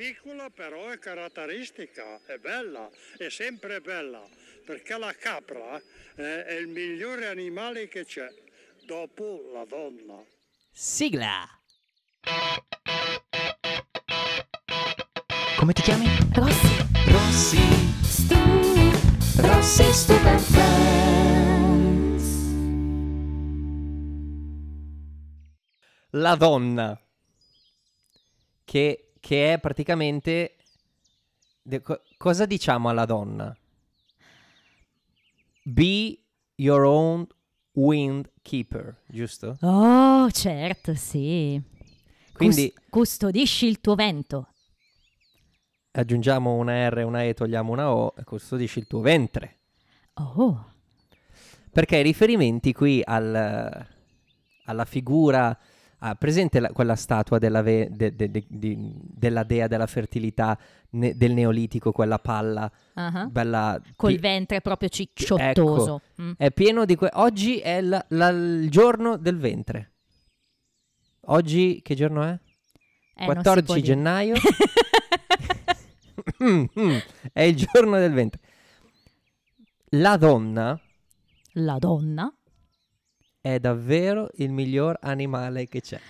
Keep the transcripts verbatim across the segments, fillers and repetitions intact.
piccola però è caratteristica, è bella, è sempre bella, perché la capra eh, è il migliore animale che c'è, dopo la donna. Sigla! Come ti chiami? Rossi, Rossi. Stu, Rossi Stupid Friends. La donna. Che, che è praticamente... de- co- cosa diciamo alla donna? Be your own wind keeper, giusto? Oh, certo, sì. Quindi Cus- custodisci il tuo vento. aggiungiamo una R e una E, togliamo una O e custodisci il tuo ventre. Oh, Perché i riferimenti qui al, alla figura... Ah, presente la- quella statua della, ve- de- de- de- di- della dea della fertilità ne- del Neolitico, quella palla uh-huh. bella... Col pi- ventre proprio cicciottoso. Mm. È pieno di... Que- Oggi è la- la- il giorno del ventre. Oggi che giorno è? Eh, non si può quattordici dire. gennaio. Mm, mm, è il giorno del ventre. La donna La donna. è davvero il miglior animale che c'è.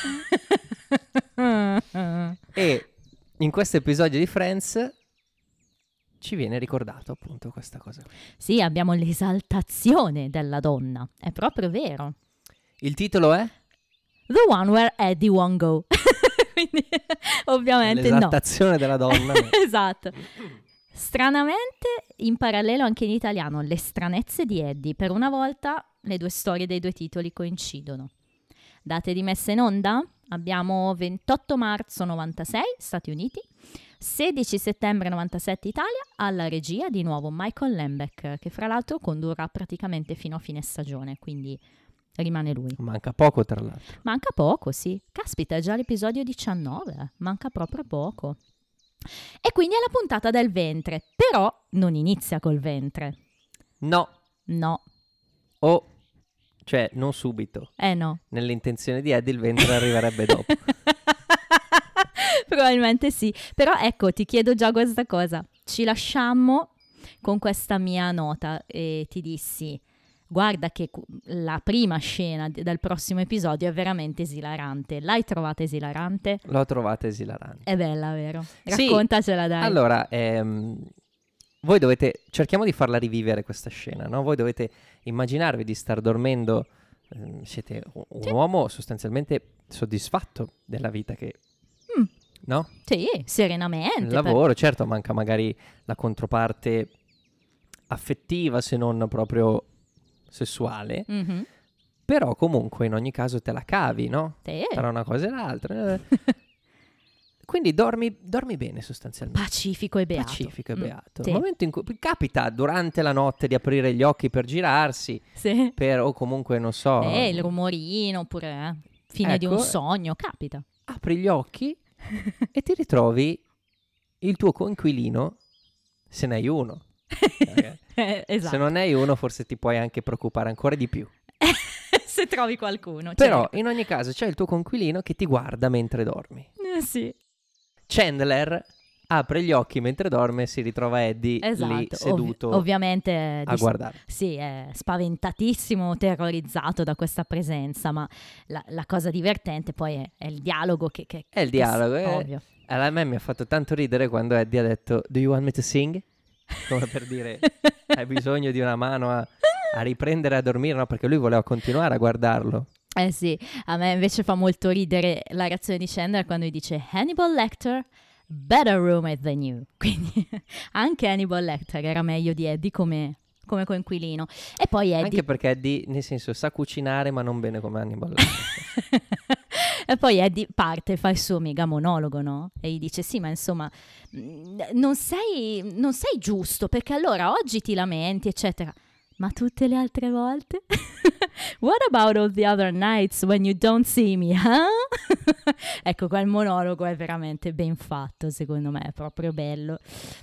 E in questo episodio di Friends ci viene ricordato appunto questa cosa. Sì, abbiamo l'esaltazione della donna. È proprio vero. Il titolo è? The one where Eddie won't go. Quindi, ovviamente no. L'esaltazione della donna. Esatto. Stranamente, in parallelo anche in italiano, le stranezze di Eddie. Per una volta le due storie dei due titoli coincidono. Date di messa in onda? Abbiamo ventotto marzo novantasei, Stati Uniti, sedici settembre novantasette Italia, alla regia di nuovo Michael Lembeck, che fra l'altro condurrà praticamente fino a fine stagione, quindi rimane lui. Manca poco tra l'altro. Manca poco, sì. Caspita, è già l'episodio diciannove, manca proprio poco. E quindi è la puntata del ventre, però non inizia col ventre. No. No, O, cioè non subito. eh no. Nell'intenzione di Eddie il ventre arriverebbe dopo. Probabilmente sì. Però ecco, ti chiedo già questa cosa. Ci lasciammo con questa mia nota e ti dissi: guarda che cu- la prima scena d- del prossimo episodio è veramente esilarante. L'hai trovata esilarante? L'ho trovata esilarante. È bella, vero? Sì. Raccontacela, dai. Allora, ehm, voi dovete, cerchiamo di farla rivivere questa scena, no? Voi dovete immaginarvi di star dormendo, ehm, siete un, un Sì. uomo sostanzialmente soddisfatto della vita che, Mm. no? Sì, serenamente. Il per- lavoro, certo, manca magari la controparte affettiva, se non proprio sessuale, Mhm. però comunque in ogni caso te la cavi, no? Sì. Tra una cosa e l'altra. eh. Quindi dormi, dormi bene sostanzialmente. Pacifico e beato. Pacifico e Mm, beato. sì. Il momento in cui capita durante la notte di aprire gli occhi per girarsi, Sì. per, o comunque non so, Eh, il rumorino, oppure eh, fine di un Ecco. sogno, capita. apri gli occhi e ti ritrovi il tuo coinquilino, se ne hai uno. Eh, Eh, esatto. Se non ne hai uno forse ti puoi anche preoccupare ancora di più. Se trovi qualcuno. Però certo. in ogni caso c'è il tuo coinquilino che ti guarda mentre dormi. Eh, sì. Chandler apre gli occhi mentre dorme e si ritrova Eddie Esatto. lì seduto Ovvi- ovviamente è a dis- guardare. Sì, è spaventatissimo, terrorizzato da questa presenza, ma la, la cosa divertente poi è, è il dialogo che... che È il che dialogo, s- eh. Ovvio. Allora, a me mi ha fatto tanto ridere quando Eddie ha detto "Do you want me to sing?" Come per dire hai bisogno di una mano a, a riprendere a dormire, no? Perché lui voleva continuare a guardarlo. Eh sì, a me invece fa molto ridere la reazione di Chandler quando gli dice Hannibal Lecter, better roommate than you. Quindi anche Hannibal Lecter era meglio di Eddie come, come coinquilino. E poi Eddie... Anche perché Eddie, nel senso, sa cucinare ma non bene come Hannibal Lecter. E poi Eddie parte, fa il suo mega monologo, no? E gli dice, sì, ma insomma, mh, non sei, non sei giusto, perché allora oggi ti lamenti, eccetera. Ma tutte le altre volte? What about all the other nights when you don't see me, huh? Ecco, quel monologo è veramente ben fatto, secondo me, è proprio bello.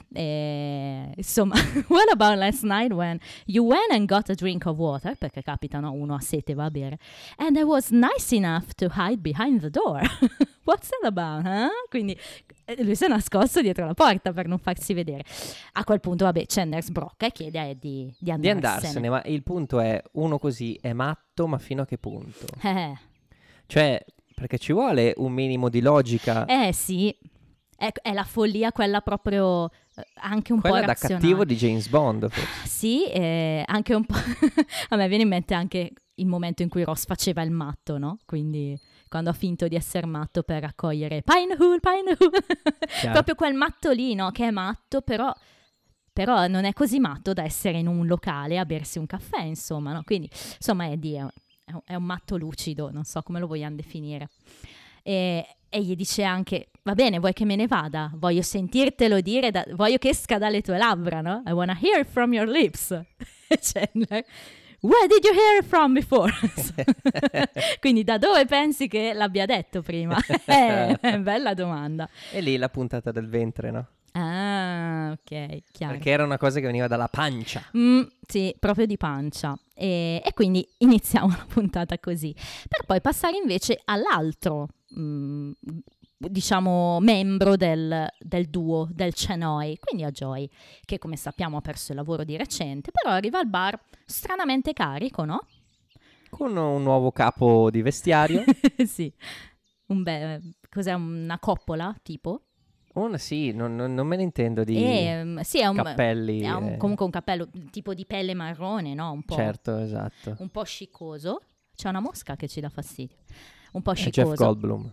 E, insomma, what about last night when you went and got a drink of water, perché capitano, uno ha sete, va a bere, and I was nice enough to hide behind the door. What's that about, huh? Quindi lui si è nascosto dietro la porta per non farsi vedere. A quel punto, vabbè, Chandler sbrocca e chiede a Eddie di andarsene. Di andarsene, ma il punto è, uno così è matto, ma fino a che punto? Eh. Cioè, perché ci vuole un minimo di logica. Eh sì, è, è la follia quella proprio, eh, anche un quella po' da razionale. cattivo di James Bond, forse. Sì, eh, anche un po'... A me viene in mente anche il momento in cui Ross faceva il matto, no? Quindi quando ha finto di essere matto per raccogliere Pinewood, Pinewood. Proprio quel matto lì, no? Che è matto, però... però non è così matto da essere in un locale a bersi un caffè, insomma, no? Quindi, insomma, Eddie è, è, è un matto lucido, non so come lo vogliamo definire. E, e gli dice anche, va bene, vuoi che me ne vada? Voglio sentirtelo dire, da, voglio che esca dalle tue labbra, no? I wanna hear it from your lips. E Chandler, where did you hear it from before? Quindi da dove pensi che l'abbia detto prima? eh, bella domanda. E lì la puntata del ventre, no? Ah, ok, chiaro. Perché era una cosa che veniva dalla pancia. Mm, sì, proprio di pancia. E, e quindi iniziamo la puntata così. Per poi passare invece all'altro, mm, diciamo, membro del, del duo, del Chenoy, quindi a Joy, che come sappiamo ha perso il lavoro di recente, però arriva al bar stranamente carico, no? Con un nuovo capo di vestiario. Sì. Un be- cos'è, una coppola, tipo? Un, sì, non, non, non me ne intendo di E, sì, è un, cappelli. è un, eh. comunque un cappello tipo di pelle marrone, no? Un po', Certo, esatto. un po' sciccoso. C'è una mosca che ci dà fastidio. Un po' È sciccoso. Jeff Goldblum.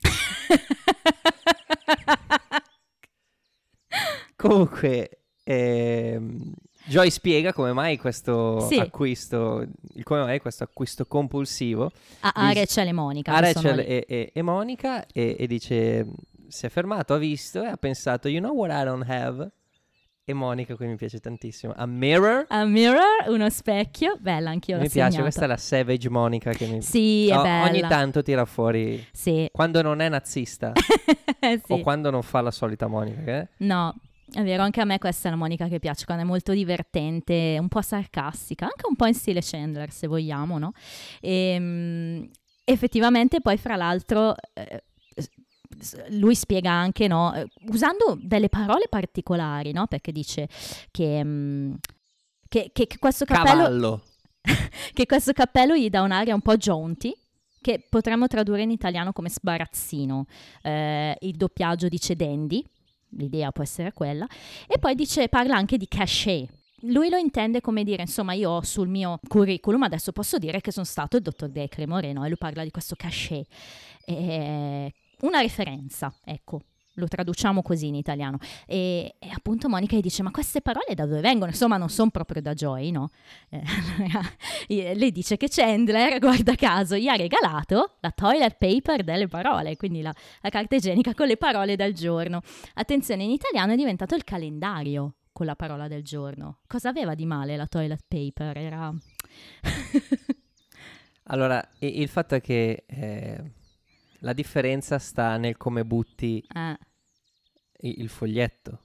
Comunque, ehm, Joy spiega come mai questo Sì. acquisto, il come mai questo acquisto compulsivo A, a Dis- Rachel e Monica. a che sono Rachel lì. e, e, e Monica e, e dice, si è fermato, ha visto e ha pensato, you know what I don't have? E Monica, qui mi piace tantissimo, a mirror. A mirror, uno specchio. Bella, anch'io l'ho Mi piace, segnato. questa è la Savage Monica che mi... Sì, è O- bella. ogni tanto tira fuori, Sì. quando non è nazista Eh, sì. o quando non fa la solita Monica, che è? No, è vero, anche a me questa è la Monica che piace, quando è molto divertente, un po' sarcastica, anche un po' in stile Chandler, se vogliamo, no? E, mm, effettivamente poi, fra l'altro... Eh, lui spiega anche, no, eh, usando delle parole particolari, no, perché dice che, mm, che, che, che questo cappello Cavallo. che questo cappello gli dà un'aria un po' jaunty, che potremmo tradurre in italiano come sbarazzino. Eh, il doppiaggio dice dandy, l'idea può essere quella, e poi dice, parla anche di cachet. Lui lo intende come dire, insomma, io ho sul mio curriculum, adesso posso dire che sono stato il dottor Dacre Moreno, e lui parla di questo cachet. E, una referenza, ecco, lo traduciamo così in italiano. E, e appunto Monica gli dice, ma queste parole da dove vengono? Insomma, non sono proprio da Joy, no? Eh, lei dice che Chandler, guarda caso, gli ha regalato la toilet paper delle parole, quindi la, la carta igienica con le parole del giorno. Attenzione, in italiano è diventato il calendario con la parola del giorno. Cosa aveva di male la toilet paper? Era... Allora, i- il fatto è che eh, la differenza sta nel come butti eh. i- il foglietto.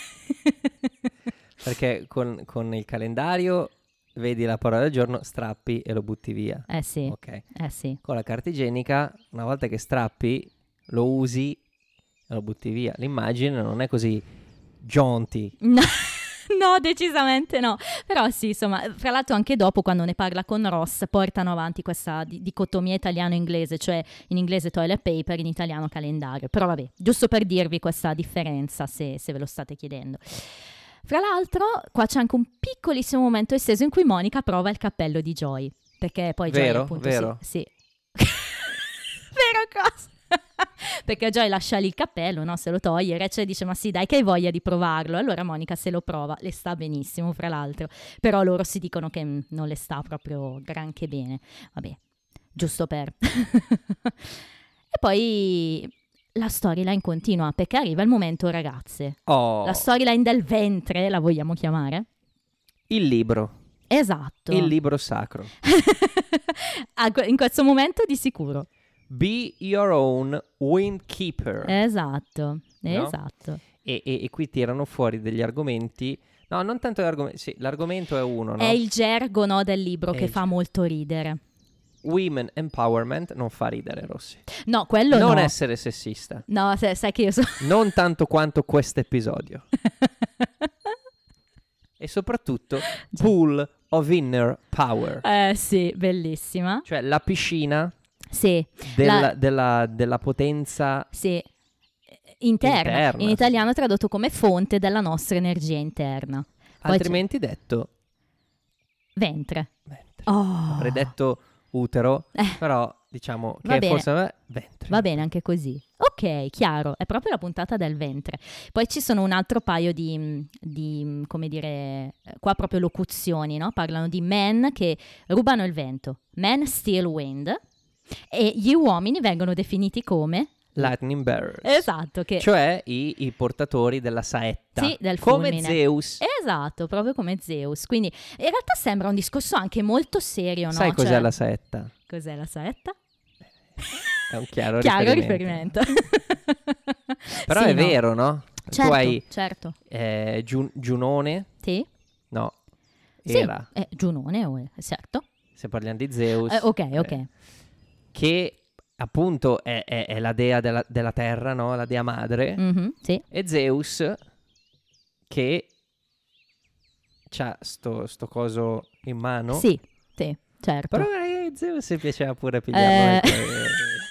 Perché con, con il calendario vedi la parola del giorno, strappi e lo butti via. Eh sì, Ok. eh sì. Con la carta igienica, una volta che strappi, lo usi e lo butti via. L'immagine non è così jaunty. No, no, decisamente no. Però sì, insomma, fra l'altro anche dopo, quando ne parla con Ross, portano avanti questa di- dicotomia italiano-inglese, cioè in inglese toilet paper, in italiano calendario. Però vabbè, giusto per dirvi questa differenza, se, se ve lo state chiedendo. Fra l'altro, qua c'è anche un piccolissimo momento esteso in cui Monica prova il cappello di Joy. Perché poi Joy Vero? appunto... Vero? Sì. sì. Vero cosa? Perché Joy lascia lì il cappello, no? Se lo toglie, Rachel dice ma sì dai che hai voglia di provarlo. Allora Monica se lo prova, le sta benissimo fra l'altro, però loro si dicono che mh, non le sta proprio granché bene. Vabbè, giusto per... E poi la storyline continua perché arriva il momento ragazze. Oh, La storyline del ventre la vogliamo chiamare? il libro. Esatto. Il libro sacro. Ah, que- in questo momento di sicuro. Be your own wind keeper. Esatto, No? esatto. E, e- e qui tirano fuori degli argomenti. No, non tanto gli argomenti. Sì, l'argomento è uno, no? È il gergo, no, del libro È che il fa ger- molto ridere. Women empowerment non fa ridere, Rossi. No, quello Non no. essere sessista. No, sai, sai che io sono... Non tanto quanto questo episodio. E soprattutto pool of inner power. eh sì, bellissima. Cioè la piscina Sì, della, La- della- della potenza. sì. Interna. Interna, In sì. italiano è tradotto come fonte della nostra energia interna. Poi Altrimenti detto c'è- ventre. ventre. Oh. Avrei detto utero, Eh. però diciamo Va che bene. forse vabbè, ventre. Va bene anche così. Ok, chiaro, è proprio la puntata del ventre. Poi ci sono un altro paio di, di, come dire, eh, qua proprio locuzioni, no? Parlano di men che rubano il vento. Men steal wind. E gli uomini vengono definiti come... Lightning bearers. Esatto, che... Cioè i, i portatori della saetta. Sì, del come fulmine. Zeus. Esatto, proprio come Zeus. Quindi in realtà sembra un discorso anche molto serio, no? Sai cos'è Cioè, la saetta? Cos'è la saetta? È un chiaro, Chiaro riferimento. riferimento. Però Sì, è no. vero, no? Certo, Tu hai certo. eh, Giun- Giunone? Sì? No, Sì, era. eh, Giunone, oh, eh, certo. Se parliamo di Zeus. Eh, ok, eh, ok. che appunto è, è- è la dea della, della terra, no? La dea madre. Mhm, sì. E Zeus che c'ha sto, sto coso in mano. Sì, sì, certo. Però eh, Zeus si piaceva pure pigliarlo. Eh. eh,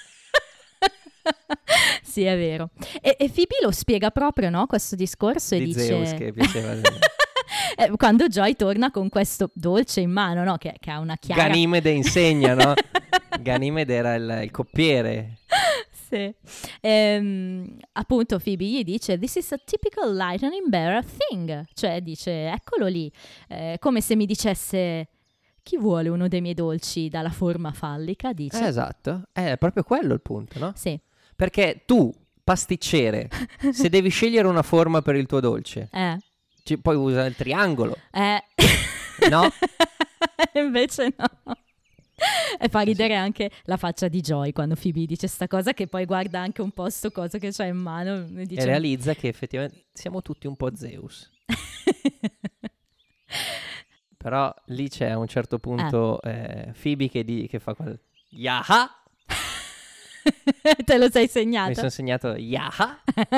Sì, è vero. E, e Phoebe lo spiega proprio, no? Questo discorso e di dice... Zeus che piaceva. Eh, quando Joy torna con questo dolce in mano, no? Che, che ha una chiara... Ganimede insegna, no? Ganimede era il, il coppiere. Sì. Ehm, appunto Phoebe gli dice this is a typical lightning bearer thing, cioè dice eccolo lì, eh, come se mi dicesse chi vuole uno dei miei dolci dalla forma fallica, dice. Eh, esatto, è proprio quello il punto, no? Sì. Perché tu, pasticcere, se devi scegliere una forma per il tuo dolce, Eh. ci, poi usa il triangolo, Eh. no? Invece no. E fa ridere anche la faccia di Joy quando Phoebe dice sta cosa, che poi guarda anche un po' sto coso che c'ha in mano e dice E realizza che effettivamente siamo tutti un po' Zeus. Però lì c'è a un certo punto eh, Phoebe che, di, che fa quel Yaha. Te lo sei Mi segnato? sono segnato Yaha.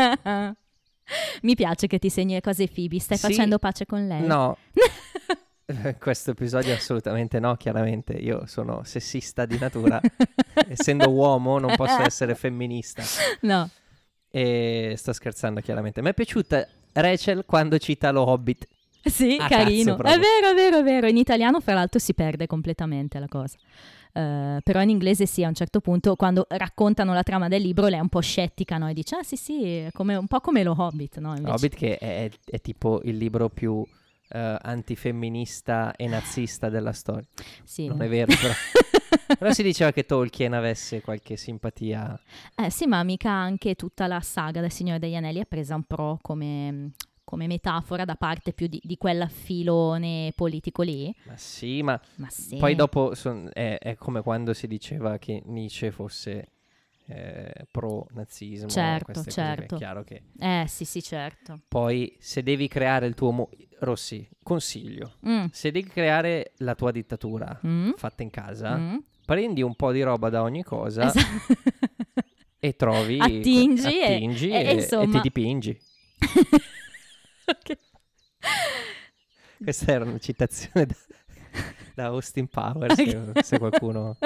Mi piace che ti segni le cose Phoebe, stai Sì. facendo pace con lei? No. Eh, Questo episodio assolutamente no, chiaramente. Io sono sessista di natura. Essendo uomo non posso essere femminista. No. E sto scherzando chiaramente. Mi è piaciuta Rachel quando cita lo Hobbit. Sì, Ah, carino. cazzo, È proprio. vero, è vero, è vero. In italiano, fra l'altro, si perde completamente la cosa. Eh, però in inglese sì, a un certo punto, quando raccontano la trama del libro, lei è un po' scettica, no? E dice, ah sì, sì, è come, un po' come lo Hobbit, no? Invece- Hobbit che è, è tipo il libro più eh, antifemminista e nazista della storia. Sì. Non è vero, però. Però si diceva che Tolkien avesse qualche simpatia. Eh, sì, ma mica anche tutta la saga del Signore degli Anelli è presa un po' come, come metafora da parte più di, di quella filone politico lì. Ma sì, ma Ma sì. poi dopo son- è, è come quando si diceva che Nietzsche fosse eh, pro-nazismo. Certo, queste cose che certo. È chiaro che Eh, sì, sì, certo. poi se devi creare il tuo... mo- Rossi, consiglio. Mm. Se devi creare la tua dittatura Mm. fatta in casa, Mm. prendi un po' di roba da ogni cosa Esatto. e trovi... Attingi e- attingi e- e, e insomma- e ti dipingi. Ok. Questa era una citazione da, da Austin Powers, se, se qualcuno...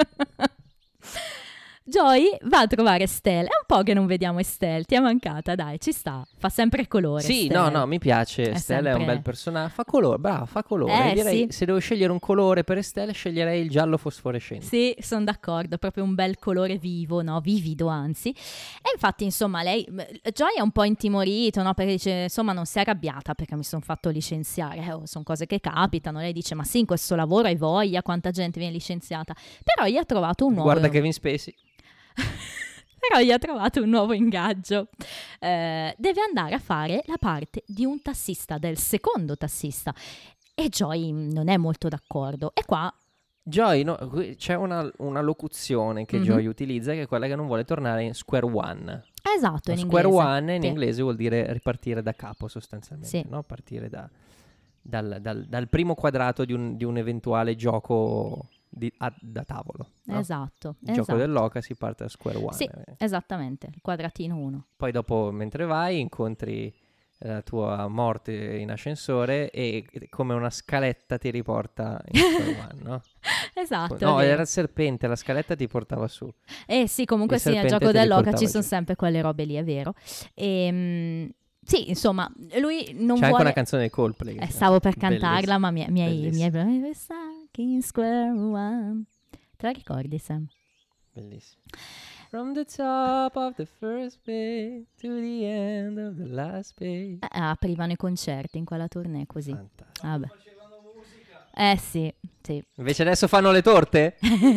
Joy va a trovare Estelle. È un po' che non vediamo Estelle. Ti è mancata, dai, ci sta. Fa sempre colore. Sì, Estelle. no, no, mi piace. È Estelle è un sempre- bel personaggio. Fa colore, bravo, fa colore. Eh, Direi, sì. se devo scegliere un colore per Estelle, sceglierei il giallo fosforescente. Sì, sono d'accordo, proprio un bel colore vivo, no? Vivido, anzi. E infatti, insomma, lei, Joy è un po' intimorito, no? Perché dice, insomma, non si è arrabbiata perché mi sono fatto licenziare. Eh, oh, sono cose che capitano. Lei dice, ma sì, in questo lavoro hai voglia, quanta gente viene licenziata. Però gli ha trovato un nuovo... Guarda Kevin Spacey. Però gli ha trovato un nuovo ingaggio. Eh, deve andare a fare la parte di un tassista, del secondo tassista. e Joy non è molto d'accordo. E qua Joy, no, qui c'è una, una locuzione che Mhm. Joy utilizza, che è quella che non vuole tornare in square one. esatto, in Square inglese. one in Sì. inglese vuol dire ripartire da capo sostanzialmente, Sì. no? Partire da, dal, dal- dal primo quadrato di un, di un eventuale gioco di- a- da tavolo. No? Esatto, Il gioco esatto. dell'oca si parte da square one. Sì. Esattamente, il quadratino uno. Poi dopo, mentre vai, incontri la tua morte in ascensore e come una scaletta ti riporta in square one, no? Esatto. è No, vero. era il serpente, la scaletta ti portava su. Eh sì, comunque Il sì, nel serpente gioco te li dell'oca portava ci sono giù. sempre quelle robe lì, è vero. Ehm, sì, insomma, lui non C'è anche vuole... una canzone dei Coldplay. che Eh, si stavo per chiama- cantarla, ma mi, mi hai... Mi Bellissima. hai... We're stuck in square one. Te la ricordi, Sam? Bellissimo. From the top of the first page to the end of the last page. Eh, aprivano i concerti in quella tournée così. Fantastico. Vabbè. Eh sì, sì. Invece adesso fanno le torte?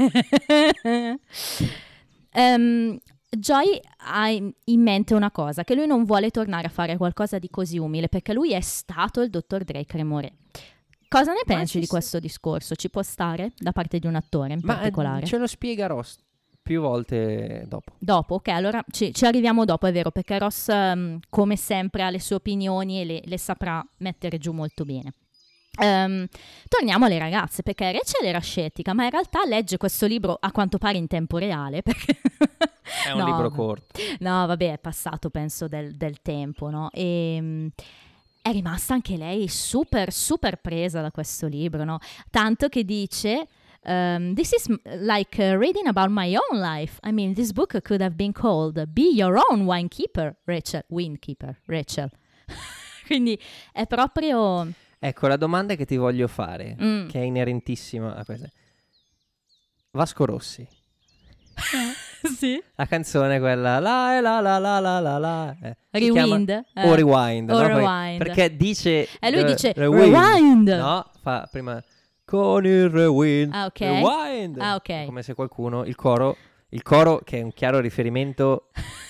Ehm, Joy ha in in mente una cosa, che lui non vuole tornare a fare qualcosa di così umile, perché lui è stato il dottor Dre Cremore. Cosa ne Ma pensi ci di sta- questo discorso? Ci può stare da parte di un attore in Ma eh, particolare? ce lo spiega Ross più volte dopo. Dopo, ok, allora ci, ci arriviamo dopo, è vero, perché Ross, ehm, come sempre, ha le sue opinioni e le, le saprà mettere giù molto bene. Ehm, torniamo alle ragazze, perché Rachel era scettica, ma in realtà legge questo libro a quanto pare in tempo reale, perché... È un No, libro vabbè. corto. No, vabbè, è passato, penso, del, del tempo, no? E mh, è rimasta anche lei super, super presa da questo libro, no? Tanto che dice... Um, this is m- like uh, reading about my own life. I mean, this book could have been called Be Your Own Winekeeper, Rachel. Winekeeper, Rachel. Quindi è proprio... Ecco, la domanda che ti voglio fare, Mm. che è inerentissima a questa. Vasco Rossi. sì. La canzone quella la la la la la la la eh, si Rewind. chiama- eh. o rewind, O no? Perché- rewind. Perché dice E lui eh, dice rewind. rewind. No, fa prima con il rewind. Ah, ok. Rewind. Ah, ok. È come se qualcuno il coro, il coro che è un chiaro riferimento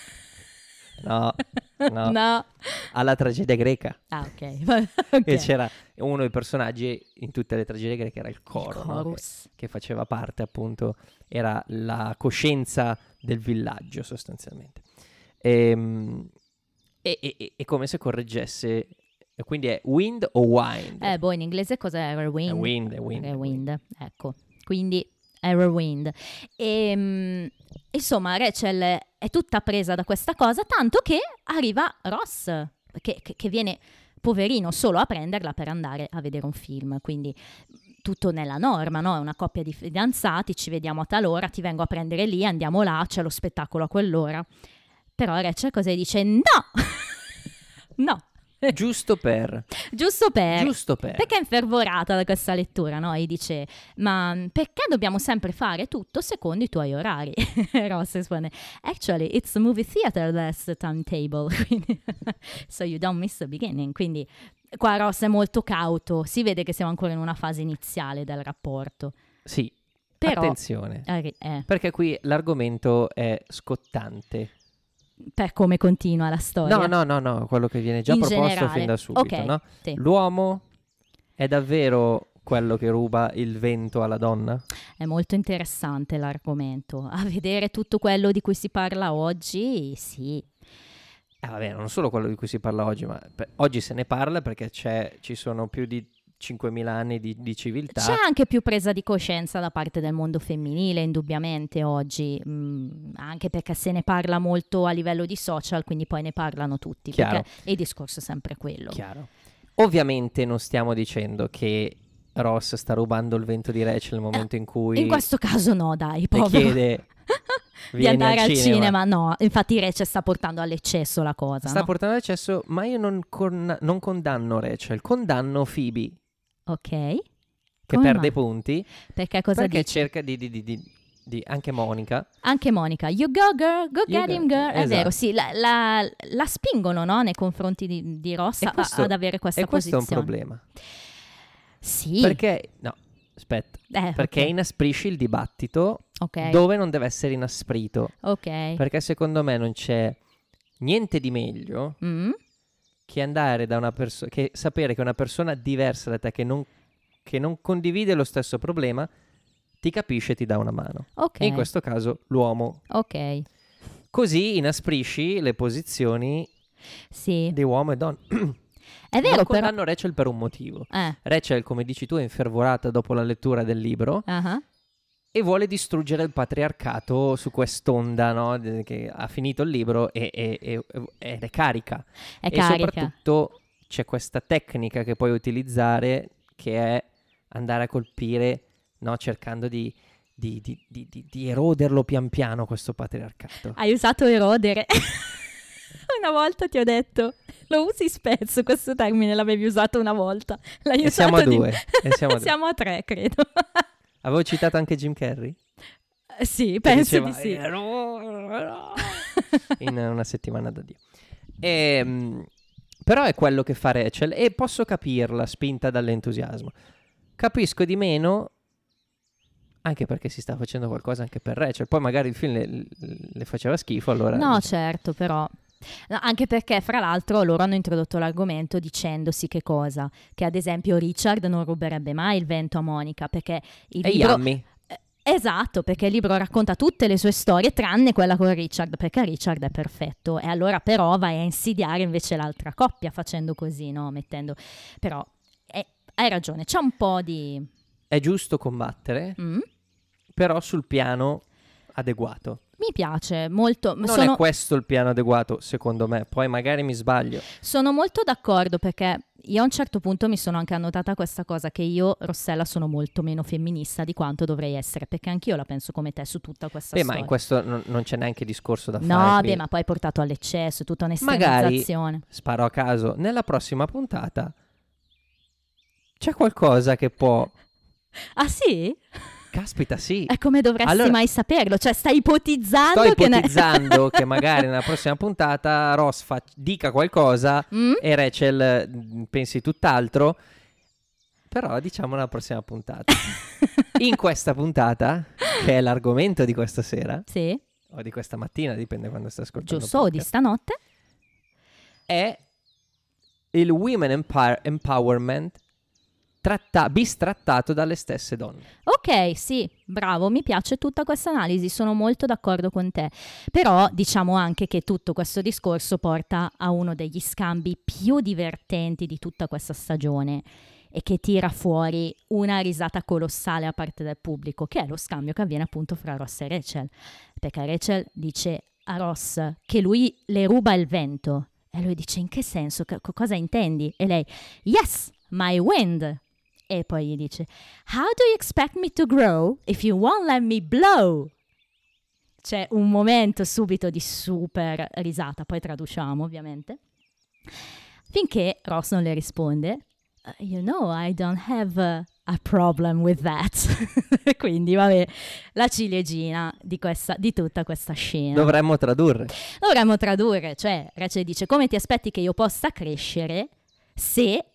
no, no, No. alla tragedia greca. Ah, ok. Ok. E c'era uno dei personaggi in tutte le tragedie greche era il coro, Il no? Che- chorus. che faceva parte appunto, era la coscienza del villaggio sostanzialmente. Ehm, E, e, e- è come se correggesse, e quindi è wind o wind? Eh, boh, in inglese cos'è rewind? È wind, è wind. Rewind, ecco. Quindi è rewind. E, mm, insomma, Rachel è tutta presa da questa cosa, tanto che arriva Ross, che, che- che viene, poverino, solo a prenderla per andare a vedere un film. Quindi tutto nella norma, no? È una coppia di fidanzati, ci vediamo a tal ora, ti vengo a prendere lì, andiamo là, c'è lo spettacolo a quell'ora. Però Rachel cosa dice? No! No! Giusto per, Giusto per... giusto per. Perché è infervorata da questa lettura, no? E dice, ma perché dobbiamo sempre fare tutto secondo i tuoi orari? Ross risponde, actually, it's the movie theater that's the timetable. Quindi, so you don't miss the beginning. Quindi qua Ross è molto cauto, si vede che siamo ancora in una fase iniziale del rapporto. Sì, Però- attenzione, Eh, eh, perché qui l'argomento è scottante. per come continua la storia. No, no, no, no, quello che viene già In proposto generale. fin da subito, Ok, no? sì. L'uomo è davvero quello che ruba il vento alla donna? È molto interessante l'argomento. A vedere tutto quello di cui si parla oggi, sì. Eh, vabbè, non solo quello di cui si parla oggi, ma per- oggi se ne parla perché c'è, ci sono più di cinquemila anni di, di civiltà. C'è anche più presa di coscienza da parte del mondo femminile, indubbiamente, oggi, mm, anche perché se ne parla molto a livello di social, quindi poi ne parlano tutti, Chiaro. perché il discorso è sempre quello. Chiaro. Ovviamente non stiamo dicendo che Ross sta rubando il vento di Rachel nel momento in cui In questo caso no, dai, le povero. chiede di "Vieni andare al cinema. cinema". no, infatti Rachel sta portando all'eccesso la cosa, Sta no? portando all'eccesso, ma io non, con- non condanno Rachel, condanno Phoebe, Ok. che Come perde mai? punti Perché cosa perché dice? cerca di, di- di- di- di- anche Monica. Anche Monica, you go girl, go You get go- him girl, è esatto. vero, sì, la, la- la spingono, no, nei confronti di, di Ross E a- questo- ad avere questa E questo posizione. è un problema. Sì. Perché, no, aspetta, Eh, perché ok. inasprisci il dibattito Ok. dove non deve essere inasprito. Ok. Perché secondo me non c'è niente di meglio Mm, che andare da una persona, che sapere che una persona diversa da te, che non che non condivide lo stesso problema ti capisce e ti dà una mano. Ok. E in questo caso l'uomo. Ok. Così inasprisci le posizioni Sì. di uomo e donna. È vero, non però... condanno Rachel per un motivo. Eh. Rachel, come dici tu, è infervorata dopo la lettura del libro uh-huh. e vuole distruggere il patriarcato su quest'onda, no? Che ha finito il libro e, e, e, ed è carica. È e carica. soprattutto c'è questa tecnica che puoi utilizzare, che è andare a colpire, no? Cercando di, di, di, di, di, di eroderlo pian piano questo patriarcato. Hai usato erodere. Una volta ti ho detto, lo usi spesso questo termine, l'avevi usato una volta. L'hai e usato siamo a di... due. E siamo a, siamo a tre, credo. Avevo citato anche Jim Carrey? Eh, sì, Che penso diceva, di sì. In una settimana da Dio. E, però è quello che fa Rachel e posso capirla spinta dall'entusiasmo. Capisco di meno, anche perché si sta facendo qualcosa anche per Rachel. Poi magari il film le, le faceva schifo, allora... No, certo, però... No, anche perché, fra l'altro, loro hanno introdotto l'argomento dicendosi che cosa? Che ad esempio Richard non ruberebbe mai il vento a Monica, perché il E libro... Yummy. Esatto, perché il libro racconta tutte le sue storie tranne quella con Richard, perché Richard è perfetto e allora però vai a insidiare invece l'altra coppia facendo così, no? Mettendo... Però è... hai ragione, c'è un po' di... È giusto combattere, Mm? però sul piano adeguato. Mi piace molto. Non sono... è questo il piano adeguato, secondo me. Poi magari mi sbaglio. Sono molto d'accordo perché io a un certo punto mi sono anche annotata questa cosa, che io, Rossella, sono molto meno femminista di quanto dovrei essere, perché anch'io la penso come te su tutta questa Beh, storia. ma in questo non, non c'è neanche discorso da No, fare. beh, qui. ma poi è portato all'eccesso, tutta Magari, un'estremizzazione. sparo a caso, nella prossima puntata c'è qualcosa che può... Ah sì? Caspita, sì. È come dovresti Allora, mai saperlo, cioè stai ipotizzando sto che... ne- ipotizzando che magari nella prossima puntata Ross fa- dica qualcosa Mm? e Rachel mh, pensi tutt'altro, però diciamo nella prossima puntata. In questa puntata, che è l'argomento di questa sera, Sì, o di questa mattina, dipende quando stai ascoltando giusto, il o di podcast, stanotte. è il Women Empower- Empowerment tratta- bistrattato dalle stesse donne. Ok, sì, bravo, mi piace tutta questa analisi, sono molto d'accordo con te. Però diciamo anche che tutto questo discorso porta a uno degli scambi più divertenti di tutta questa stagione e che tira fuori una risata colossale a parte del pubblico, che è lo scambio che avviene appunto fra Ross e Rachel. Perché Rachel dice a Ross che lui le ruba il vento e lui dice: in che senso? Che- cosa intendi? E lei: yes, my wind. E poi gli dice: how do you expect me to grow if you won't let me blow? C'è un momento subito di super risata, poi traduciamo ovviamente, finché Ross non le risponde: "Uh, you know I don't have a, a problem with that." Quindi vabbè, la ciliegina di, questa, di tutta questa scena. Dovremmo tradurre. Dovremmo tradurre, cioè Rachel dice: come ti aspetti che io possa crescere se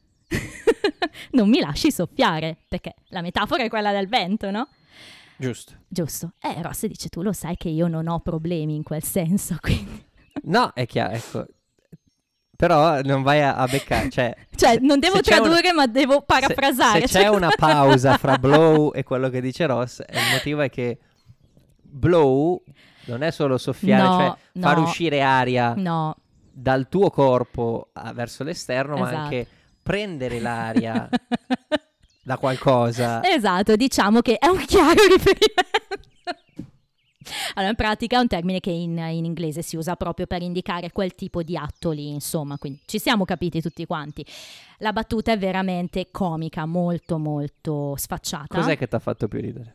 non mi lasci soffiare? Perché la metafora è quella del vento, no? Giusto. Giusto. E Ross dice: tu lo sai che io non ho problemi in quel senso, quindi... No, è chiaro, ecco. Però non vai a, a beccare, cioè... Cioè, non devo se c'è tradurre, una- ma devo parafrasare. Se, se c'è cioè- una pausa fra Blow e quello che dice Ross, il motivo è che Blow non è solo soffiare, No, cioè far no. uscire aria No, dal tuo corpo a- verso l'esterno, ma Esatto. anche prendere l'aria da qualcosa. esatto, diciamo che è un chiaro riferimento. Allora, in pratica è un termine che in, in inglese si usa proprio per indicare quel tipo di atto lì, insomma, quindi ci siamo capiti tutti quanti. La battuta è veramente comica, molto molto sfacciata. Cos'è che ti ha fatto più ridere?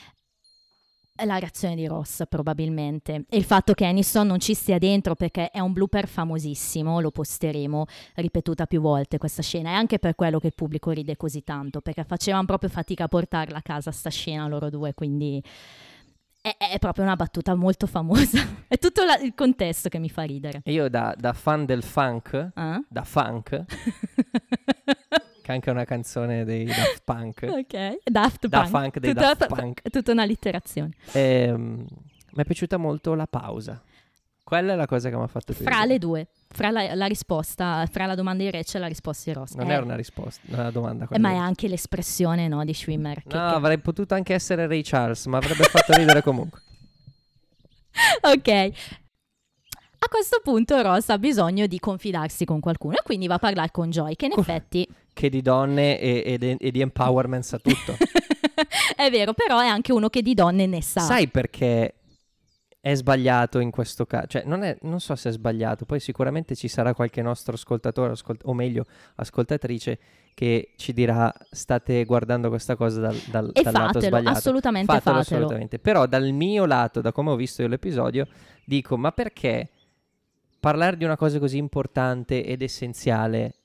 La reazione di Ross, probabilmente, e il fatto che Aniston non ci stia dentro, perché è un blooper famosissimo, lo posteremo, ripetuta più volte questa scena, e anche per quello che il pubblico ride così tanto, perché facevano proprio fatica a portarla a casa sta scena loro due, quindi è, è proprio una battuta molto famosa. È tutto la- il contesto che mi fa ridere. E io da, da fan del funk, Ah? da funk, che è anche una canzone dei Daft Punk, Ok, Daft Da Punk. Funk dei Tutta- Daft Punk. È tutta una litterazione. ehm, mi è piaciuta molto la pausa. Quella è la cosa che mi ha fatto più Fra ridere. le due, fra la, la risposta, fra la domanda di Rachel e la risposta di Ross. Non Eh, era una risposta, una domanda. eh, quella ma è lì. anche l'espressione, no, di Schwimmer. Che, No, che- avrei potuto anche essere Ray Charles, ma avrebbe fatto ridere comunque. Ok. A questo punto Ross ha bisogno di confidarsi con qualcuno e quindi va a parlare con Joy, che in Co- effetti Che di donne e, e de- e di empowerment sa tutto. è vero, però è anche uno che di donne ne sa. Sai perché è sbagliato in questo caso? Cioè, non, è, non so se è sbagliato, poi sicuramente ci sarà qualche nostro ascoltatore, ascolt- o meglio, ascoltatrice, che ci dirà state guardando questa cosa dal, dal, E dal lato fatelo, sbagliato. assolutamente fatelo. fatelo. Assolutamente. Però dal mio lato, da come ho visto io l'episodio, dico, ma perché parlare di una cosa così importante ed essenziale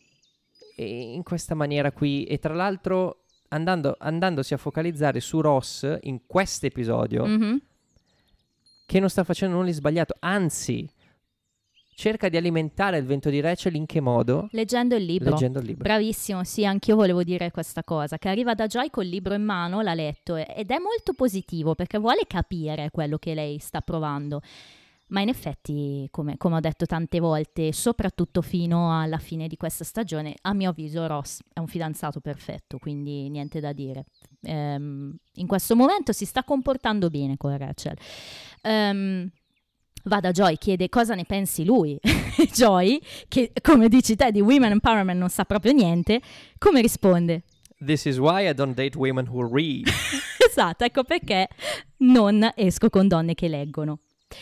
e in questa maniera qui? E tra l'altro andando, andandosi a focalizzare su Ross in questo episodio, Mhm. che non sta facendo nulla di sbagliato, anzi cerca di alimentare il vento di Rachel in che modo? Leggendo il libro. Leggendo il libro. Bravissimo, sì, anch'io volevo dire questa cosa, che arriva da Joy col libro in mano, l'ha letto e- ed è molto positivo perché vuole capire quello che lei sta provando. Ma in effetti, come, come ho detto tante volte, soprattutto fino alla fine di questa stagione, a mio avviso Ross è un fidanzato perfetto, quindi niente da dire. Ehm, in questo momento si sta comportando bene con Rachel. Ehm, va da Joy, chiede cosa ne pensi lui. Joy, che come dici te di women empowerment non sa proprio niente, come risponde? This is why I don't date women who read. Esatto, ecco perché non esco con donne che leggono.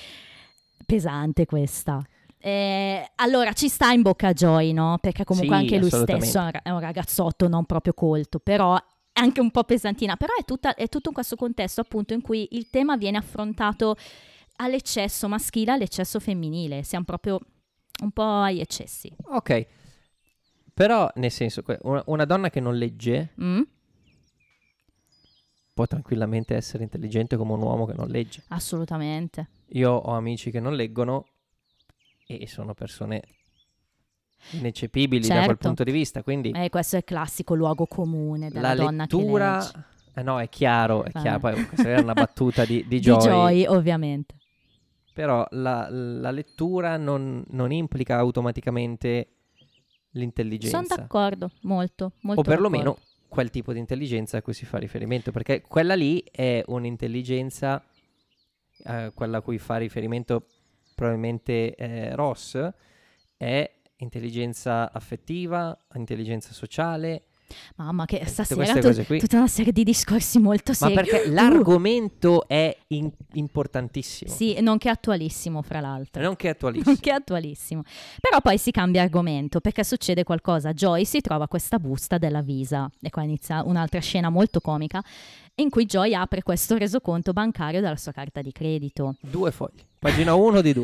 Pesante questa. Eh, allora ci sta in bocca Joy, no? Perché comunque Sì, anche lui assolutamente. stesso è un ra- è un ragazzotto non proprio colto, però è anche un po' pesantina. Però è, tutta, è tutto in questo contesto appunto in cui il tema viene affrontato all'eccesso maschile, all'eccesso femminile. Siamo proprio un po' agli eccessi. Ok, però nel senso, que- una, una donna che non legge Mm? può tranquillamente essere intelligente come un uomo che non legge. Assolutamente. Io ho amici che non leggono e sono persone ineccepibili da quel Certo. punto di vista, quindi Eh, questo è il classico luogo comune della la donna che lettura... legge. Eh no, è chiaro, è Ah. chiaro. Poi questa era una battuta di, di Di Joy. Joy, ovviamente. Però la, la lettura non, non implica automaticamente l'intelligenza. Sono d'accordo, molto, molto O perlomeno d'accordo. quel tipo di intelligenza a cui si fa riferimento, perché quella lì è un'intelligenza, eh, quella a cui fa riferimento probabilmente eh, Ross, è intelligenza affettiva, intelligenza sociale, Mamma, che tutte stasera queste tu- cose qui. tutta una serie di discorsi molto Ma seri. perché Uh, l'argomento è in- importantissimo, sì, nonché attualissimo, fra l'altro. non che è attualissimo. Nonché attualissimo. Però poi si cambia argomento perché succede qualcosa. Joy si trova questa busta della Visa e qua inizia un'altra scena molto comica in cui Joy apre questo resoconto bancario della sua carta di credito. Due fogli, pagina uno di due.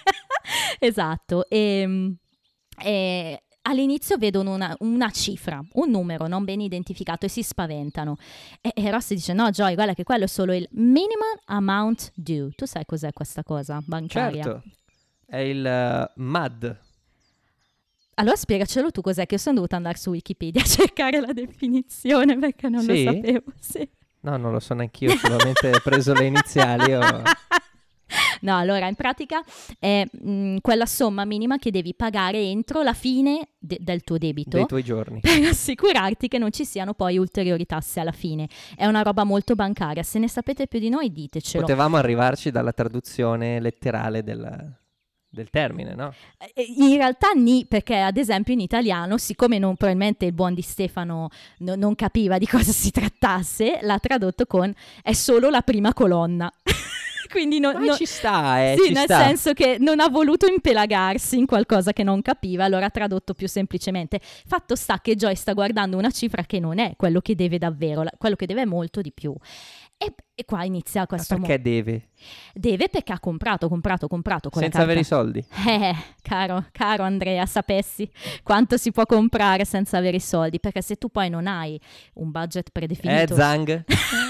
Esatto, e, e all'inizio vedono una, una cifra, un numero non ben identificato e si spaventano. E, e Ross dice, no Joy, guarda che quello è solo il minimum amount due. Tu sai cos'è questa cosa bancaria? Certo, è il eh, M A D. Allora spiegacelo tu cos'è, che io sono dovuta andare su Wikipedia a cercare la definizione perché non Sì? lo sapevo. Sì. No, non lo so neanch'io, solamente preso le iniziali. Ho... No, allora in pratica è mh, quella somma minima che devi pagare entro la fine de- del tuo debito dei tuoi giorni. per assicurarti che non ci siano poi ulteriori tasse alla fine. È una roba molto bancaria, se ne sapete più di noi ditecelo. Potevamo arrivarci dalla traduzione letterale del, del termine, no? Eh, In realtà ni, perché ad esempio in italiano, siccome non, probabilmente il buon di Stefano no- non capiva di cosa si trattasse, l'ha tradotto con è solo la prima colonna. Quindi non, Ma non- ci sta, eh, sì, ci nel sta. senso che non ha voluto impelagarsi in qualcosa che non capiva, allora ha tradotto più semplicemente. Fatto sta che Joy sta guardando una cifra che non è quello che deve davvero, la- quello che deve è molto di più. E, e qua inizia Ma questo mo- perché deve? Deve perché ha comprato, comprato, comprato con Senza la carta. avere i soldi? Eh, caro, caro Andrea, sapessi quanto si può comprare senza avere i soldi, perché se tu poi non hai un budget Eh, predefinito... Zang?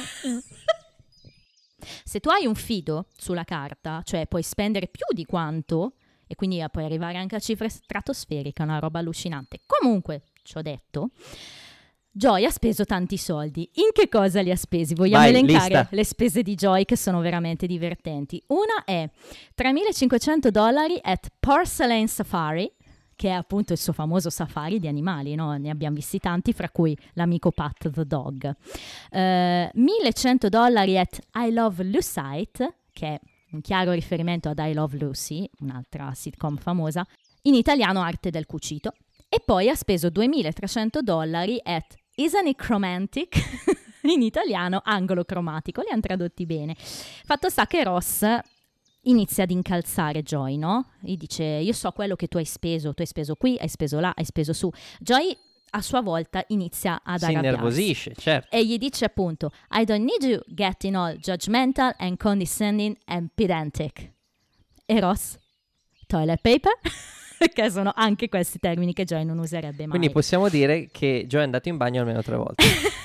Se tu hai un fido sulla carta, cioè puoi spendere più di quanto, e quindi puoi arrivare anche a cifre stratosferiche, una roba allucinante. Comunque, ci ho detto, Joy ha speso tanti soldi. In che cosa li ha spesi? Vogliamo Vai, elencare lista. le spese di Joy che sono veramente divertenti. Una è tremilacinquecento dollari at Porcelain Safari, che è appunto il suo famoso safari di animali, no? Ne abbiamo visti tanti, fra cui l'amico Pat the Dog. Uh, millecento dollari at I Love Lucite, che è un chiaro riferimento ad I Love Lucy, un'altra sitcom famosa, in italiano Arte del cucito. E poi ha speso duemilatrecento dollari at Isn't It Chromantic? In italiano angolo cromatico, li hanno tradotti bene. Fatto sta che Ross inizia ad incalzare Joy, no? Gli dice: io so quello che tu hai speso, tu hai speso qui, hai speso là, hai speso su. Joy a sua volta inizia ad Si arrabbiarsi. innervosisce, certo. E gli dice appunto: I don't need you getting all judgmental and condescending and pedantic. E Ross, toilet paper? Che sono anche questi termini che Joy non userebbe mai. Quindi possiamo dire che Joy è andato in bagno almeno tre volte.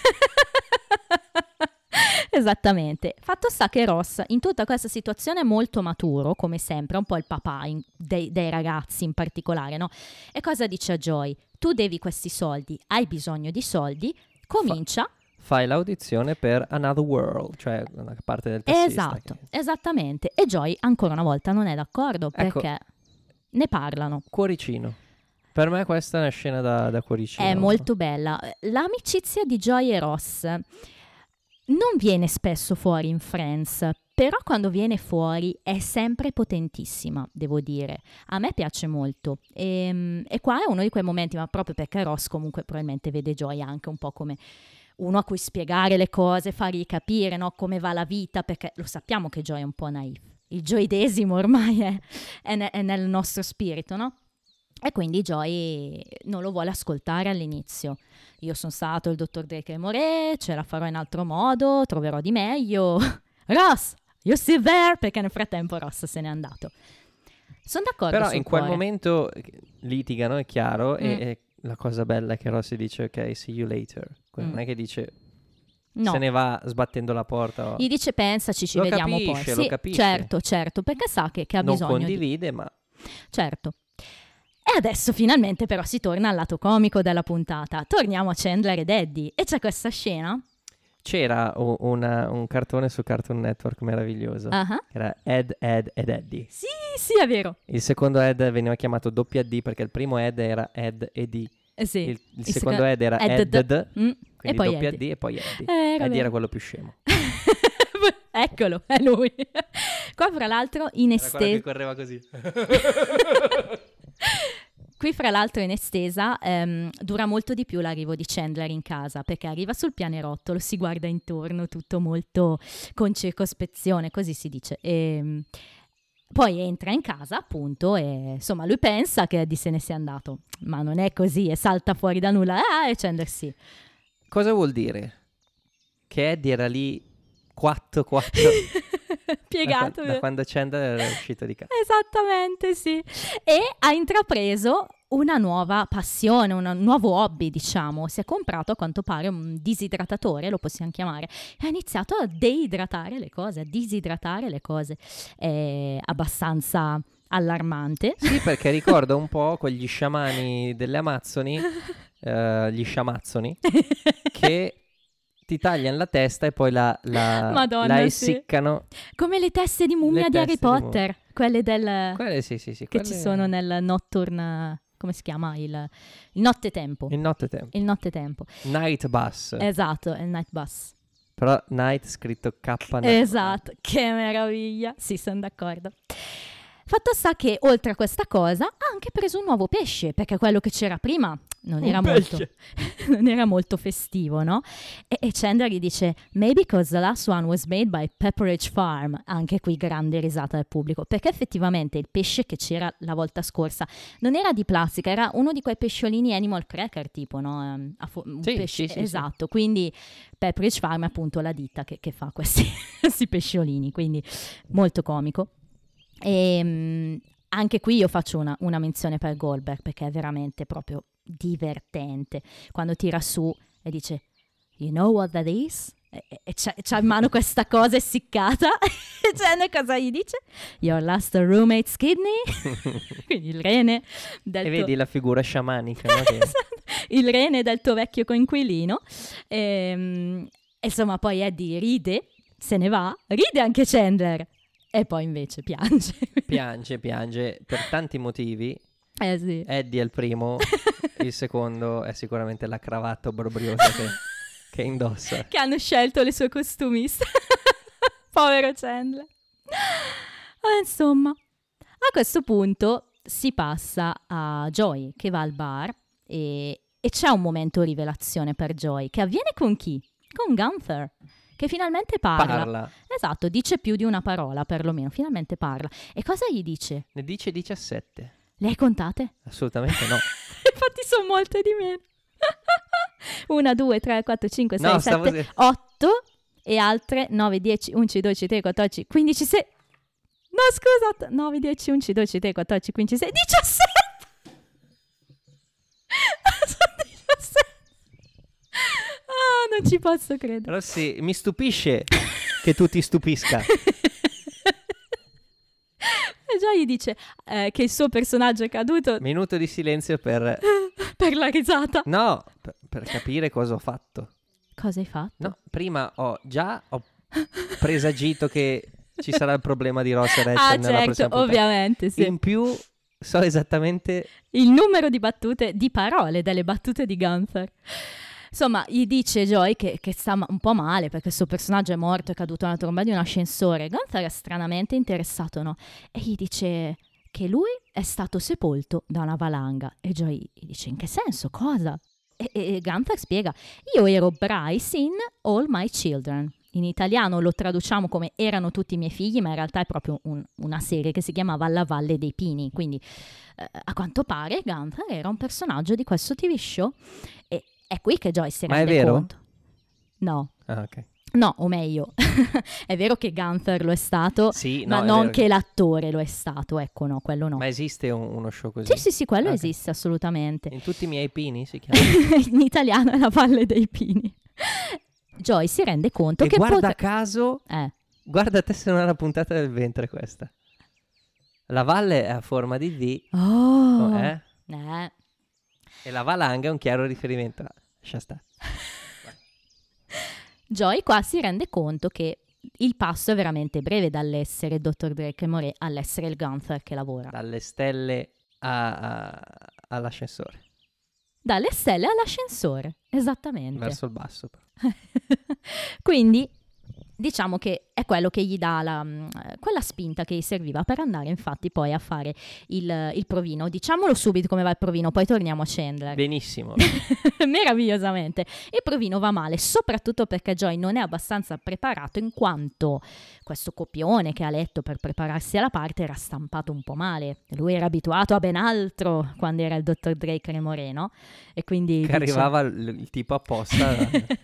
Esattamente. Fatto sta che Ross in tutta questa situazione è molto maturo, come sempre, un po' il papà in, dei, dei ragazzi in particolare, no? E cosa dice a Joy? Tu devi questi soldi, hai bisogno di soldi, comincia... Fa- fai l'audizione per Another World, cioè una parte del tassista. Esatto, che... esattamente. E Joy ancora una volta non è d'accordo Ecco. perché ne parlano. Cuoricino. Per me questa è una scena da, da cuoricino. È molto bella. L'amicizia di Joy e Ross non viene spesso fuori in Friends, però quando viene fuori è sempre potentissima, devo dire. A me piace molto. E, e qua è uno di quei momenti, ma proprio perché Ross comunque probabilmente vede Joy anche un po' come uno a cui spiegare le cose, fargli capire, no, come va la vita, perché lo sappiamo che Joy è un po' naif. Il gioidesimo ormai è, è, ne- è nel nostro spirito, no? E quindi Joy non lo vuole ascoltare all'inizio. Io sono stato il dottor Drake e Moret, ce la farò in altro modo, troverò di meglio. Ross, you still there? Perché nel frattempo Ross se n'è andato. Sono d'accordo Però sul in quel cuore. momento litigano, è chiaro, Mm. e, e la cosa bella è che Ross dice ok, see you later. Quindi Mm. non è che dice No. se ne va sbattendo la porta. o- Gli dice pensaci, ci Lo vediamo capisce, poi. lo capisce. Certo, certo, perché sa che, che ha non bisogno di... condivide, ma Certo. E adesso finalmente però si torna al lato comico della puntata. Torniamo a Chandler ed Eddie. E c'è questa scena. c'era u- una- un cartone su Cartoon Network meraviglioso. Ah, Che era Ed, Ed ed Eddie. Sì, sì, è vero. Il secondo Ed veniva chiamato doppia D perché il primo Ed era Ed e D. Eh sì. Il, il Il secondo secondo- Ed era Ed, Ed, D. D, Mm. quindi E poi doppia Eddie. D e poi Eddie. Eh, era Eddie vero. era quello più scemo. Eccolo, è lui. Qua fra l'altro in Era quello che estesa... correva così. Qui fra l'altro in estesa ehm, dura molto di più l'arrivo di Chandler in casa, perché arriva sul pianerottolo, si guarda intorno, tutto molto con circospezione, così si dice. E, poi entra in casa appunto e insomma lui pensa che Eddie se ne sia andato, ma non è così, e salta fuori da nulla, ah, e Chandler sì. Cosa vuol dire? Che Eddie era lì quattro quattro Piegato. da, da quando Chandler era uscito di casa. Esattamente, sì. E ha intrapreso una nuova passione, un nuovo hobby, diciamo. Si è comprato a quanto pare un disidratatore, lo possiamo chiamare, e ha iniziato a deidratare le cose, a disidratare le cose. È abbastanza allarmante. Sì, perché ricorda un po' quegli sciamani delle Amazzoni, eh, gli sciamazzoni, che ti tagliano la testa e poi la, la, Madonna, la sì. essiccano. Come le teste di mummia Le di Harry teste di Potter, quelle del... Quelle sì, sì, sì. che quelle- ci sono nel Nocturne... come si chiama? Il, il nottetempo. Il nottetempo. Il nottetempo. Night Bus. Esatto, è il Night Bus. Però Night scritto K. Esatto, che meraviglia. Sì, sono d'accordo. Fatto sta che oltre a questa cosa ha anche preso un nuovo pesce, perché quello che c'era prima non Un era molto pesce. non era molto festivo, no? E, e Chandler gli dice maybe because the last one was made by Pepperidge Farm. Anche qui grande risata del pubblico, perché effettivamente il pesce che c'era la volta scorsa non era di plastica, era uno di quei pesciolini Animal Cracker tipo, no? Ehm, a fo- un Sì, pesce, sì, sì, esatto, quindi Pepperidge Farm è appunto la ditta che, che fa questi, questi pesciolini, quindi molto comico. E mm, anche qui io faccio una, una menzione per Goldberg, perché è veramente proprio divertente quando tira su e dice you know what that is? E, e c'ha, c'ha in mano questa cosa essiccata e Jenny cosa gli dice? Your last roommate's kidney. Quindi il rene del E tuo- vedi la figura sciamanica, no? Che- Esatto. il rene del tuo vecchio coinquilino. E, insomma, poi Eddie ride, se ne va, ride anche Chandler e poi invece piange. Piange, piange per tanti motivi. Eh sì. Eddie è il primo, il secondo è sicuramente la cravatta obbrobriosa che, che indossa. Che hanno scelto le sue costumiste. Povero Chandler. Ah, insomma, a questo punto si passa a Joy che va al bar e, e c'è un momento rivelazione per Joy che avviene con chi? Con Gunther, che finalmente parla. Parla. Esatto, dice più di una parola perlomeno, finalmente parla. E cosa gli dice? Ne dice diciassette. Le hai contate? Assolutamente no. Infatti sono molte di meno. uno, due, tre, quattro, cinque, sei, No, stavo sette, se- otto e altre nove, dieci, undici, dodici, tredici, quattordici, quindici, sei. No, scusa, nove, dieci, undici, dodici, tredici, quattordici, quindici, sei, diciassette. Sono diciassette. Ah, non ci posso credere. Rossi, mi stupisce che tu ti stupisca. E già gli dice eh, che il suo personaggio è caduto Minuto di silenzio per... per la risata. No, per, per capire cosa ho fatto. Cosa hai fatto? No, prima ho già ho presagito che ci sarà il problema di Ross e Rachel Ah, nella prossima certo, puntata. ovviamente, sì. In più so esattamente... Il numero di battute, di parole, delle battute di Gunther. Insomma, gli dice Joy che, che sta ma- un po' male perché il suo personaggio è morto, è caduto nella tromba di un ascensore. Gunther è stranamente interessato, no? E gli dice che lui è stato sepolto da una valanga. E Joy gli dice: in che senso? Cosa? E, e Gunther spiega: io ero Bryce in All My Children. In italiano lo traduciamo come Erano tutti i miei figli, ma in realtà è proprio un- una serie che si chiamava La Valle dei Pini. Quindi eh, a quanto pare Gunther era un personaggio di questo T V show e è qui che Joy si Ma è rende vero? conto. No, Ah, ok. no, o meglio, è vero che Gunther lo è stato, Sì, ma no, è non vero. che l'attore lo è stato, ecco, no, quello no. Ma esiste un- uno show così? Sì, sì, sì, quello Ok. esiste assolutamente. In tutti i miei pini si chiama. In italiano è La Valle dei Pini. Joy si rende conto E che guarda potre- caso, Eh, guarda te se non è la puntata del ventre questa. La valle è a forma di V, oh, oh, eh? eh. E la valanga è un chiaro riferimento a Shasta. Joy qua si rende conto che il passo è veramente breve dall'essere il dottor Drake Moret all'essere il Gunther che lavora. Dalle stelle a- a- all'ascensore, Dalle stelle all'ascensore, esattamente. verso il basso. però. Quindi diciamo che è quello che gli dà la, mh, quella spinta che gli serviva per andare infatti poi a fare il, il provino. Diciamolo subito come va il provino, poi torniamo a Chandler. Benissimo. Meravigliosamente. Il provino va male, soprattutto perché Joy non è abbastanza preparato in quanto questo copione che ha letto per prepararsi alla parte era stampato un po' male. Lui era abituato a ben altro quando era il dottor Drake Remoreno e quindi Che dice- arrivava il, il tipo apposta.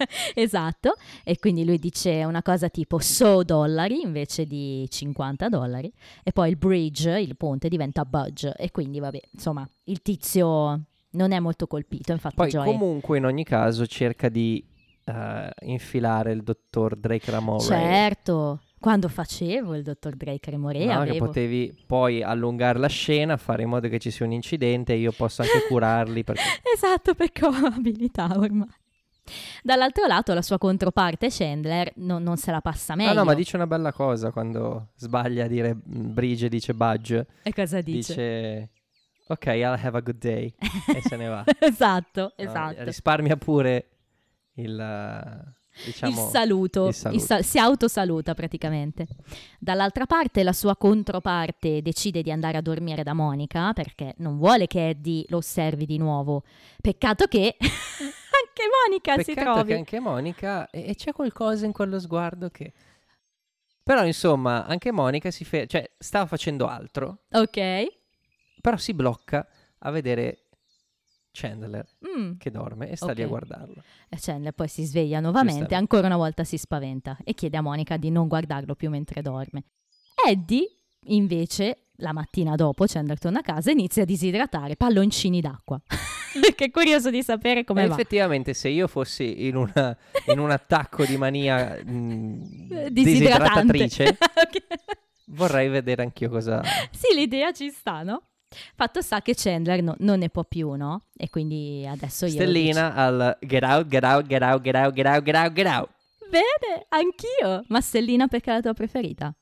Esatto, e quindi lui dice una cosa tipo so dollari invece di cinquanta dollari e poi il bridge, il ponte, diventa budge e quindi vabbè, insomma, il tizio non è molto colpito, infatti Poi Joy... comunque in ogni caso cerca di eh, infilare il dottor Drake Ramoray. Certo, quando facevo il dottor Drake Remore No, che avevo... potevi poi allungare la scena, fare in modo che ci sia un incidente e io posso anche curarli perché... Esatto, perché ho abilità ormai. Dall'altro lato la sua controparte Chandler non, non se la passa meglio. Ah no, ma dice una bella cosa quando sbaglia a dire mm, Bridge, dice Budge. E cosa dice? Dice ok, I'll have a good day e se ne va. Esatto, No, esatto. risparmia pure il, eh, diciamo, il saluto, il saluto. il sa- si autosaluta praticamente. Dall'altra parte la sua controparte decide di andare a dormire da Monica perché non vuole che Eddie lo osservi di nuovo. Peccato che anche Monica si Peccato trovi. che anche Monica, e, e c'è qualcosa in quello sguardo che... Però insomma, anche Monica si fe... cioè stava facendo altro, Ok. però si blocca a vedere Chandler Mm. che dorme e sta lì a Ok. guardarlo. E Chandler poi si sveglia nuovamente, Giustamente. ancora una volta si spaventa e chiede a Monica di non guardarlo più mentre dorme. Eddie, invece, la mattina dopo, Chandler torna a casa e inizia a disidratare palloncini d'acqua. Che è curioso di sapere come E va. effettivamente se io fossi in, una, in un attacco di mania mh, Eh, disidratatrice, Ok. vorrei vedere anch'io cosa... Sì, l'idea ci sta, no? Fatto sta che Chandler no, non ne può più, no? E quindi adesso io... Stellina al get out, get out, get out, get out, get out, get out, get out. Bene, anch'io. Ma Stellina perché è la tua preferita?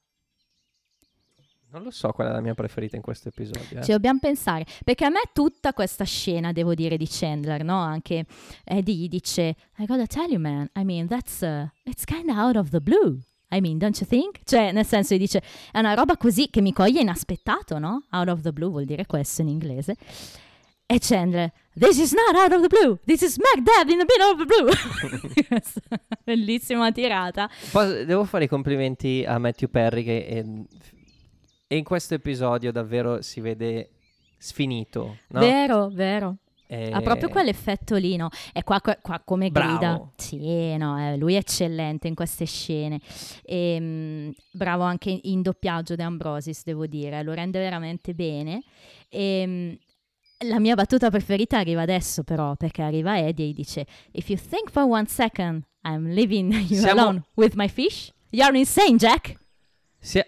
Non lo so qual è la mia preferita in questo episodio. Eh. Ci dobbiamo pensare, perché a me tutta questa scena, devo dire, di Chandler, no? Anche Eddie dice, I gotta tell you man, I mean, that's, uh, it's kind of out of the blue. I mean, don't you think? Cioè, nel senso, dice, è una roba così che mi coglie inaspettato, no? Out of the blue vuol dire questo in inglese. E Chandler, this is not out of the blue, this is smack dab in the middle of the blue. Bellissima tirata. Poi devo fare i complimenti a Matthew Perry che... È... E in questo episodio davvero si vede sfinito, no? Vero, vero. E... Ha proprio quell'effetto lì, no? E qua, qua, qua come grida. Bravo. Sì, no, eh, lui è eccellente in queste scene. E, mh, bravo anche in doppiaggio De Ambrosis, devo dire. Lo rende veramente bene. E, mh, la mia battuta preferita arriva adesso, però, perché arriva Eddie e dice If you think for one second I'm leaving you Siamo... alone with my fish, you're insane, Jack. Si...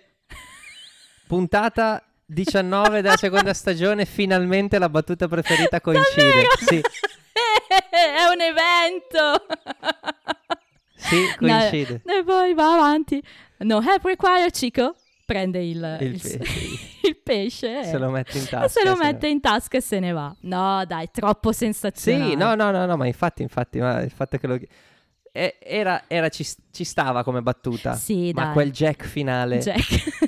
Puntata diciannove della seconda stagione, finalmente la battuta preferita coincide. Davvero? Sì. È un evento. Sì, coincide. No, e poi va avanti. No help required, Chico. Prende il, Il il, pesce. il pesce. Se lo mette in tasca. Se lo se mette no. in tasca e se ne va. No, dai, troppo sensazionale. Sì, no, no, no, no, ma infatti, infatti, ma il fatto che lo... Eh, Era, era ci, ci stava come battuta. Sì, ma dai. quel Jack finale... Jack.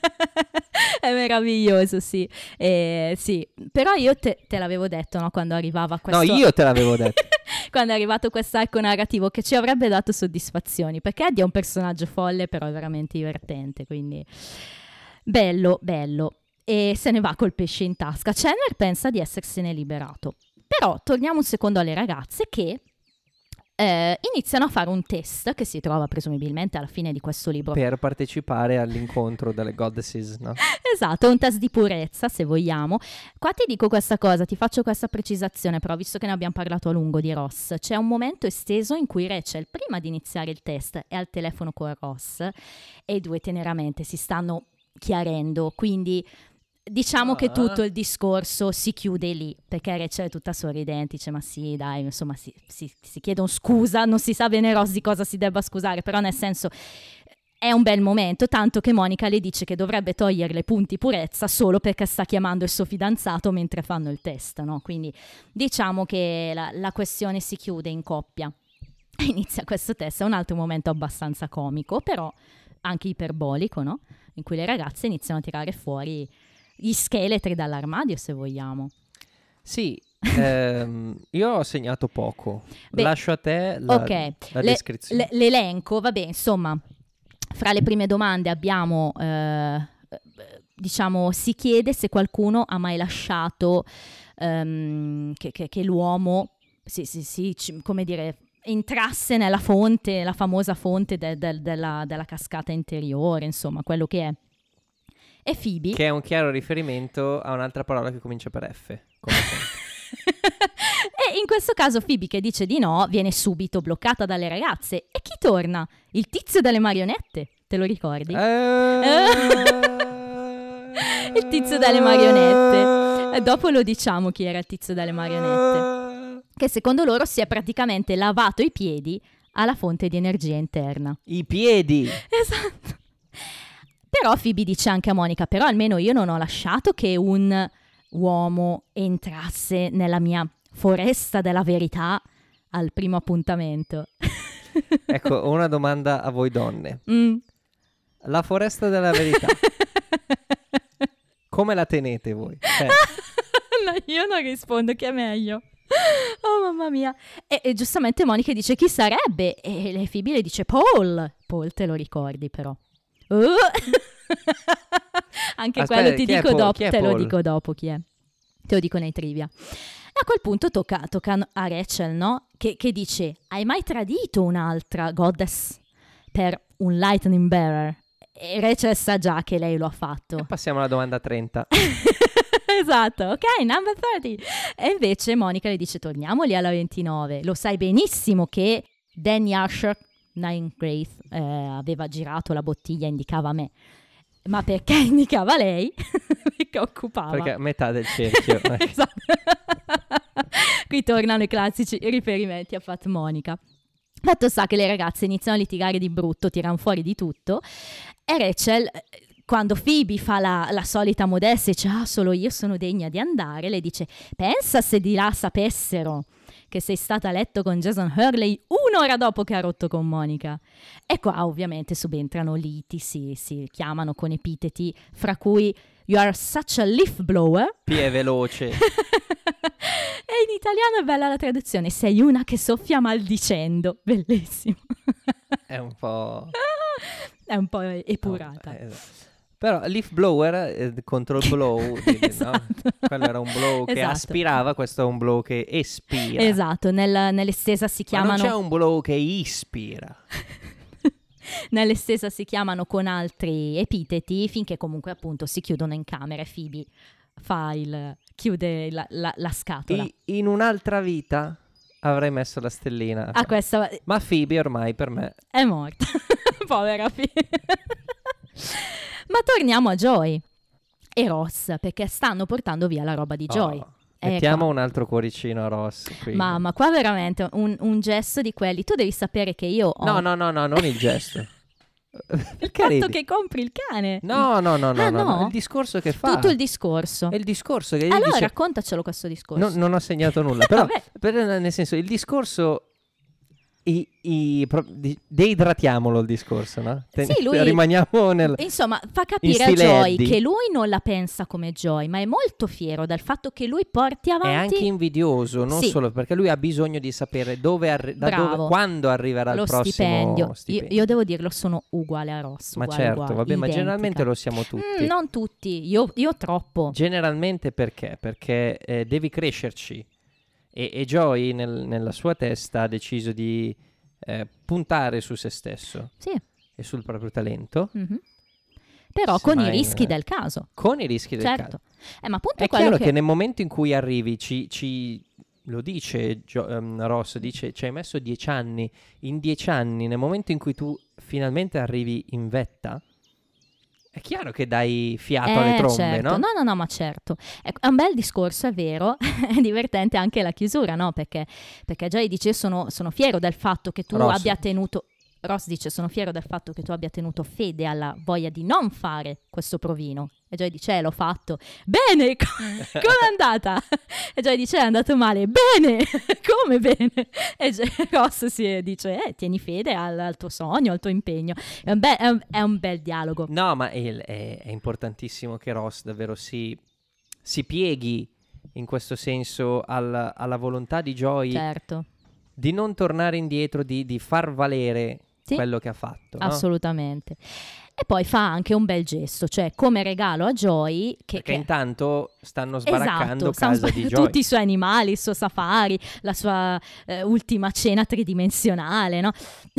È meraviglioso, sì. Eh, sì. Però io te, te l'avevo detto, no? Quando arrivava questo... No, io te l'avevo detto. Quando è arrivato quest'arco narrativo che ci avrebbe dato soddisfazioni, perché Eddie è un personaggio folle, però è veramente divertente, quindi... Bello, bello. E se ne va col pesce in tasca. Chandler pensa di essersene liberato. Però torniamo un secondo alle ragazze che... Eh, iniziano a fare un test che si trova presumibilmente alla fine di questo libro Per partecipare all'incontro delle goddesses, no? Esatto, un test di purezza se vogliamo. Qua ti dico questa cosa, ti faccio questa precisazione, però visto che ne abbiamo parlato a lungo di Ross, c'è un momento esteso in cui Rachel prima di iniziare il test è al telefono con Ross e i due teneramente si stanno chiarendo, quindi diciamo Ah. che tutto il discorso si chiude lì, perché Rachel è tutta sorridente, dice ma sì dai, insomma si, si, si chiedono scusa, non si sa bene Ross di cosa si debba scusare, però nel senso è un bel momento, tanto che Monica le dice che dovrebbe toglierle punti purezza solo perché sta chiamando il suo fidanzato mentre fanno il test, no? Quindi diciamo che la, la questione si chiude in coppia. Inizia questo test, è un altro momento abbastanza comico, però anche iperbolico, no? In cui le ragazze iniziano a tirare fuori gli scheletri dall'armadio, se vogliamo. Sì, ehm, io ho segnato poco. Beh, Lascio a te la, ok, la le- descrizione. le- l'elenco, vabbè, insomma, fra le prime domande abbiamo, eh, diciamo, si chiede se qualcuno ha mai lasciato ehm, che, che- che l'uomo, sì, sì, sì, ci- come dire, entrasse nella fonte, la famosa fonte de- del- della, della cascata interiore, insomma, quello che è. E Phoebe... Che è un chiaro riferimento a un'altra parola che comincia per F. Come sempre. E in questo caso Phoebe, che dice di no, viene subito bloccata dalle ragazze. E chi torna? Il tizio dalle marionette, te lo ricordi? Eh... Il tizio dalle marionette. E dopo lo diciamo chi era il tizio dalle marionette. Che secondo loro si è praticamente lavato i piedi alla fonte di energia interna. I piedi! Esatto. Però Phoebe dice anche a Monica, però almeno io non ho lasciato che un uomo entrasse nella mia foresta della verità al primo appuntamento. Ecco, una domanda a voi donne. Mm. La foresta della verità, come la tenete voi? Cioè, No, io non rispondo, che è meglio. Oh mamma mia. E, e giustamente Monica dice chi sarebbe? E le Phoebe le dice Paul. Paul te lo ricordi però. Uh. Anche Aspetta, quello ti chi è dico Paul? dopo, Chi è te lo Paul? dico dopo chi è. Te lo dico nei trivia. E a quel punto tocca, tocca a Rachel, no? Che, che dice, hai mai tradito un'altra goddess per un lightning bearer? E Rachel sa già che lei lo ha fatto. passiamo alla domanda trenta. Esatto, ok, number thirty. E invece Monica le dice, torniamoli alla ventinove. Lo sai benissimo che Danny Asher, Nine Grace, eh, aveva girato la bottiglia, indicava me. Ma perché indicava lei? che occupava. Perché a metà del cerchio. Esatto. Qui tornano i classici riferimenti a Fat Monica. Fatto sta che le ragazze iniziano a litigare di brutto, tirano fuori di tutto, e Rachel, quando Phoebe fa la, la solita modestia e dice ah solo io sono degna di andare, le dice pensa se di là sapessero che sei stata a letto con Jason Hurley un'ora dopo che ha rotto con Monica. E qua ovviamente subentrano liti, si, si chiamano con epiteti, fra cui you are such a leaf blower. P è veloce. E in italiano è bella la traduzione, sei una che soffia maldicendo, bellissimo. È un po'... È un po' epurata. No, eh, però leaf blower eh, contro il blow, Esatto. no? Quello era un blow che Esatto. aspirava, questo è un blow che espira. Esatto, nel, nell'estesa si Ma chiamano... non c'è un blow che ispira. Nell'estesa si chiamano con altri epiteti finché comunque appunto si chiudono in camera e Phoebe fa il... chiude la, la, la scatola. I, in un'altra vita avrei messo la stellina. Ah, questa Ma Phoebe ormai per me... è morta. Povera Phoebe. Ma torniamo a Joy e Ross, perché stanno portando via la roba di Joy. Oh, Eh, mettiamo qua. un altro cuoricino a Ross qui. Ma, ma qua veramente un, un gesto di quelli. Tu devi sapere che io ho No, no, no, no, non il gesto. il Perché fatto ridi? che compri il cane. No, no, no, no, Ah, no, no, no? il discorso che fa. Tutto il discorso. È il discorso che io Allora dice... raccontacelo questo discorso. No, non ho segnato nulla, però Vabbè. per- nel senso il discorso i, i, pro- di- deidratiamolo il discorso, no? Te- Sì, lui- rimaniamo nel... Insomma, fa capire In a stile Joy Eddie. che lui non la pensa come Joy, ma è molto fiero del fatto che lui porti È avanti anche invidioso, non Sì. solo perché lui ha bisogno di sapere dove arri- da Bravo. dove, quando arriverà lo il prossimo stipendio. stipendio. Io, io devo dirlo, sono uguale a Ross. Ma uguale, certo, uguale, vabbè, ma identica. generalmente lo siamo tutti. Mm, non tutti, io, io troppo. Generalmente perché? Perché eh, devi crescerci e, e Joy nel- nella sua testa ha deciso di eh, puntare su se stesso Sì. e sul proprio talento Mhm. Però Sì, con ma i in- rischi del caso. con i rischi del caso. Certo. Eh, ma appunto È quello chiaro che... che... nel momento in cui arrivi, ci, ci- lo dice Gio- ehm, Ross, dice ci hai messo dieci anni, in dieci anni, nel momento in cui tu finalmente arrivi in vetta, è chiaro che dai fiato Eh, alle trombe, certo. no? No, no, no, ma certo. Ecco, è un bel discorso, è vero. È divertente anche la chiusura, no? Perché, perché Joy dice: sono, sono fiero del fatto che tu Ross. abbia tenuto. Ross dice: sono fiero del fatto che tu abbia tenuto fede alla voglia di non fare questo provino. E Joy dice: eh, l'ho fatto. Bene, co- com'è andata? E Joy dice: è andato male. Bene, come bene? E Joy- Ross si dice: eh, tieni fede al, al tuo sogno, al tuo impegno. È un, be- è un- è un bel dialogo. No, ma è, è- è importantissimo che Ross davvero si, si pieghi in questo senso al- alla volontà di Joy Certo. di non tornare indietro, di, di far valere Sì. quello che ha fatto. no? Assolutamente. E poi fa anche un bel gesto, cioè come regalo a Joy che, Perché che- intanto stanno sbaraccando esatto, stanno casa sba- di Joy. tutti i suoi animali, il suo safari, la sua eh, ultima cena tridimensionale, no?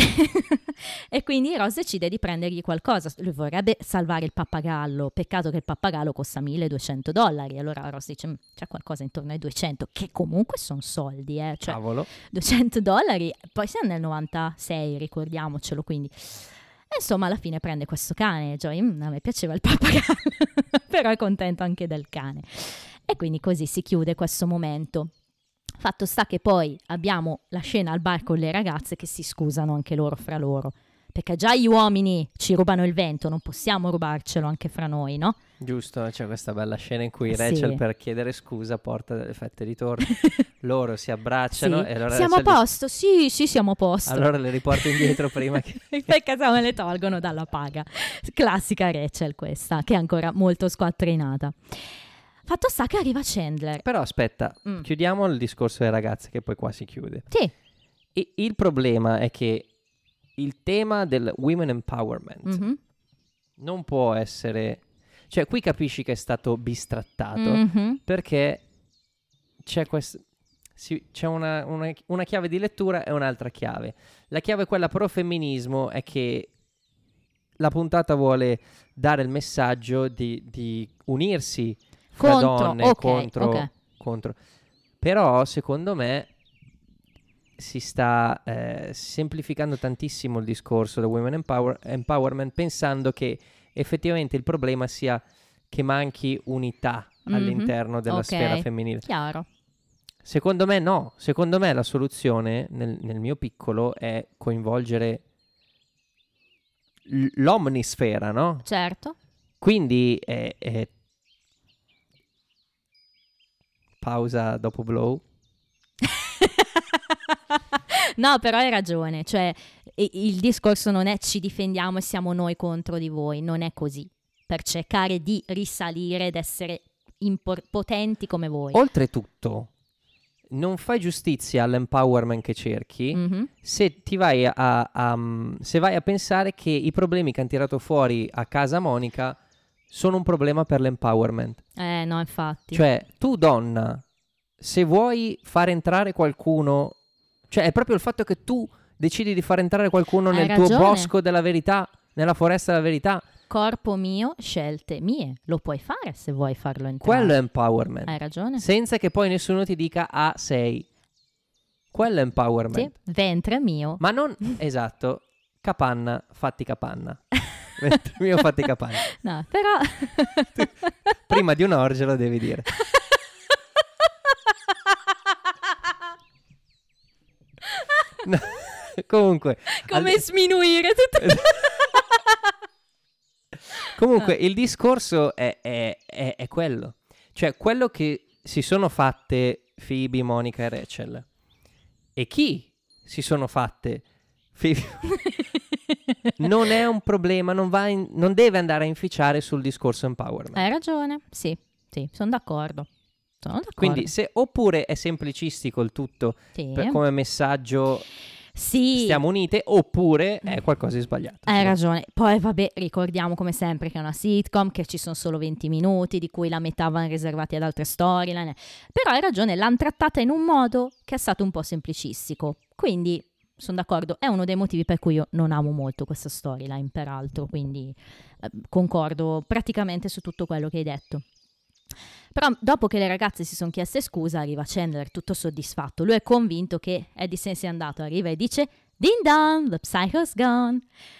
E quindi Ross decide di prendergli qualcosa. Lui vorrebbe salvare il pappagallo, peccato che il pappagallo costa milleduecento dollari. Allora Ross dice: "Mm, c'è qualcosa intorno ai duecento, che comunque sono soldi, eh? Cioè, Cavolo. duecento dollari, poi siamo nel novantasei, ricordiamocelo, quindi e insomma alla fine prende questo cane. Joy: "Mm, a me piaceva il pappagallo", però è contento anche del cane, e quindi così si chiude questo momento. Fatto sta che poi abbiamo la scena al bar con le ragazze che si scusano anche loro fra loro, perché già gli uomini ci rubano il vento, non possiamo rubarcelo anche fra noi, no? Giusto, c'è questa bella scena in cui Sì. Rachel per chiedere scusa porta delle fette di torta. Loro si abbracciano Sì. e allora Siamo a Rachel- posto? Sì, sì, siamo a posto. Allora le riporta indietro prima che... Perché se me le tolgono dalla paga. Classica Rachel questa, che è ancora molto squattrinata. Fatto sta che arriva Chandler. Però aspetta, Mm. chiudiamo il discorso delle ragazze che poi qua si chiude. Sì. E il problema è che il tema del women empowerment Mhm. non può essere... Cioè qui capisci che è stato bistrattato Mhm. perché c'è questa... si- c'è una, una- una chiave di lettura e un'altra chiave. La chiave, quella pro femminismo, è che la puntata vuole dare il messaggio di, di unirsi fra Contro, donne ok, contro, ok. contro. Però secondo me si sta eh, semplificando tantissimo il discorso del women empower- empowerment, pensando che effettivamente il problema sia che manchi unità Mhm. all'interno della Ok, sfera femminile. Chiaro. Secondo me no, secondo me la soluzione nel, nel mio piccolo è coinvolgere l- l'omnisfera, no? Certo. Quindi è, è- pausa dopo blow. No, però hai ragione, cioè i- il discorso non è ci difendiamo e siamo noi contro di voi, non è così, per cercare di risalire ed essere impor- potenti come voi. Oltretutto, non fai giustizia all'empowerment che cerchi Mhm. se ti vai a, a- se vai a pensare che i problemi che hanno tirato fuori a casa Monica sono un problema per l'empowerment. Eh no, infatti. Cioè, tu donna, se vuoi far entrare qualcuno, cioè è proprio il fatto che tu decidi di far entrare qualcuno Hai nel tuo ragione. bosco della verità, nella foresta della verità, Corpo mio, scelte mie, lo puoi fare se vuoi farlo entrare. quello è empowerment. Hai ragione. Senza che poi nessuno ti dica ah sei. Quello è empowerment. Sì, ventre mio. Ma non esatto, capanna, fatti capanna. Ventre mio, fatti capanna. No, però Prima di un orge lo devi dire. No, comunque, come al- sminuire tutto. comunque il discorso è, è- è- è quello. Cioè, quello che si sono fatte Phoebe, Monica e Rachel. E chi si sono fatte Phoebe non è un problema, non, va in- non deve andare a inficiare sul discorso empowerment. Hai ragione, sì, sì, sono d'accordo. Sono d'accordo. Quindi se oppure è semplicistico il tutto sì. per- come messaggio Sì. stiamo unite, oppure è qualcosa di sbagliato. Hai ragione. Poi vabbè, ricordiamo come sempre che è una sitcom, che ci sono solo venti minuti, di cui la metà vanno riservati ad altre storyline. Però hai ragione, l'hanno trattata in un modo che è stato un po' semplicistico. Quindi sono d'accordo, è uno dei motivi per cui io non amo molto questa storyline, peraltro, quindi eh, concordo praticamente su tutto quello che hai detto. Però dopo che le ragazze si sono chieste scusa, arriva Chandler tutto soddisfatto. Lui è convinto che Eddie se sia andato, arriva e dice "Ding dong, the psycho's gone".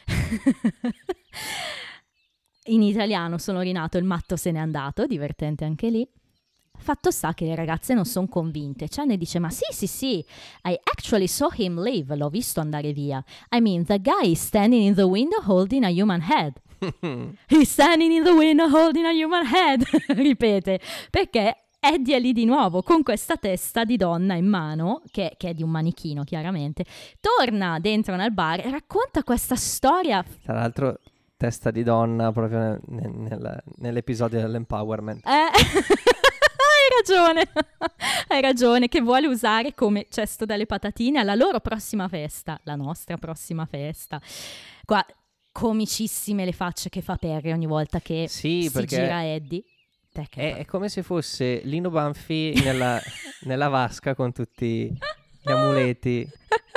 In italiano sono rinato "il matto se n'è andato", divertente anche lì. Fatto sta che le ragazze non sono convinte. Chandler dice "ma sì sì sì, I actually saw him leave, l'ho visto andare via. I mean, the guy is standing in the window holding a human head". He's standing in the window holding a human head, ripete, perché Eddie è lì di nuovo con questa testa di donna in mano, che, che è di un manichino chiaramente, torna dentro nel bar e racconta questa storia. Tra l'altro testa di donna proprio nel- nel- nel- nell'episodio dell'empowerment. Eh, hai ragione, hai ragione, che vuole usare come cesto dalle patatine alla loro prossima festa, la nostra prossima festa. Qua comicissime le facce che fa Perry ogni volta che Sì, si perché gira Eddie. Perché È, è come se fosse Lino Banfi nella, nella vasca con tutti gli amuleti.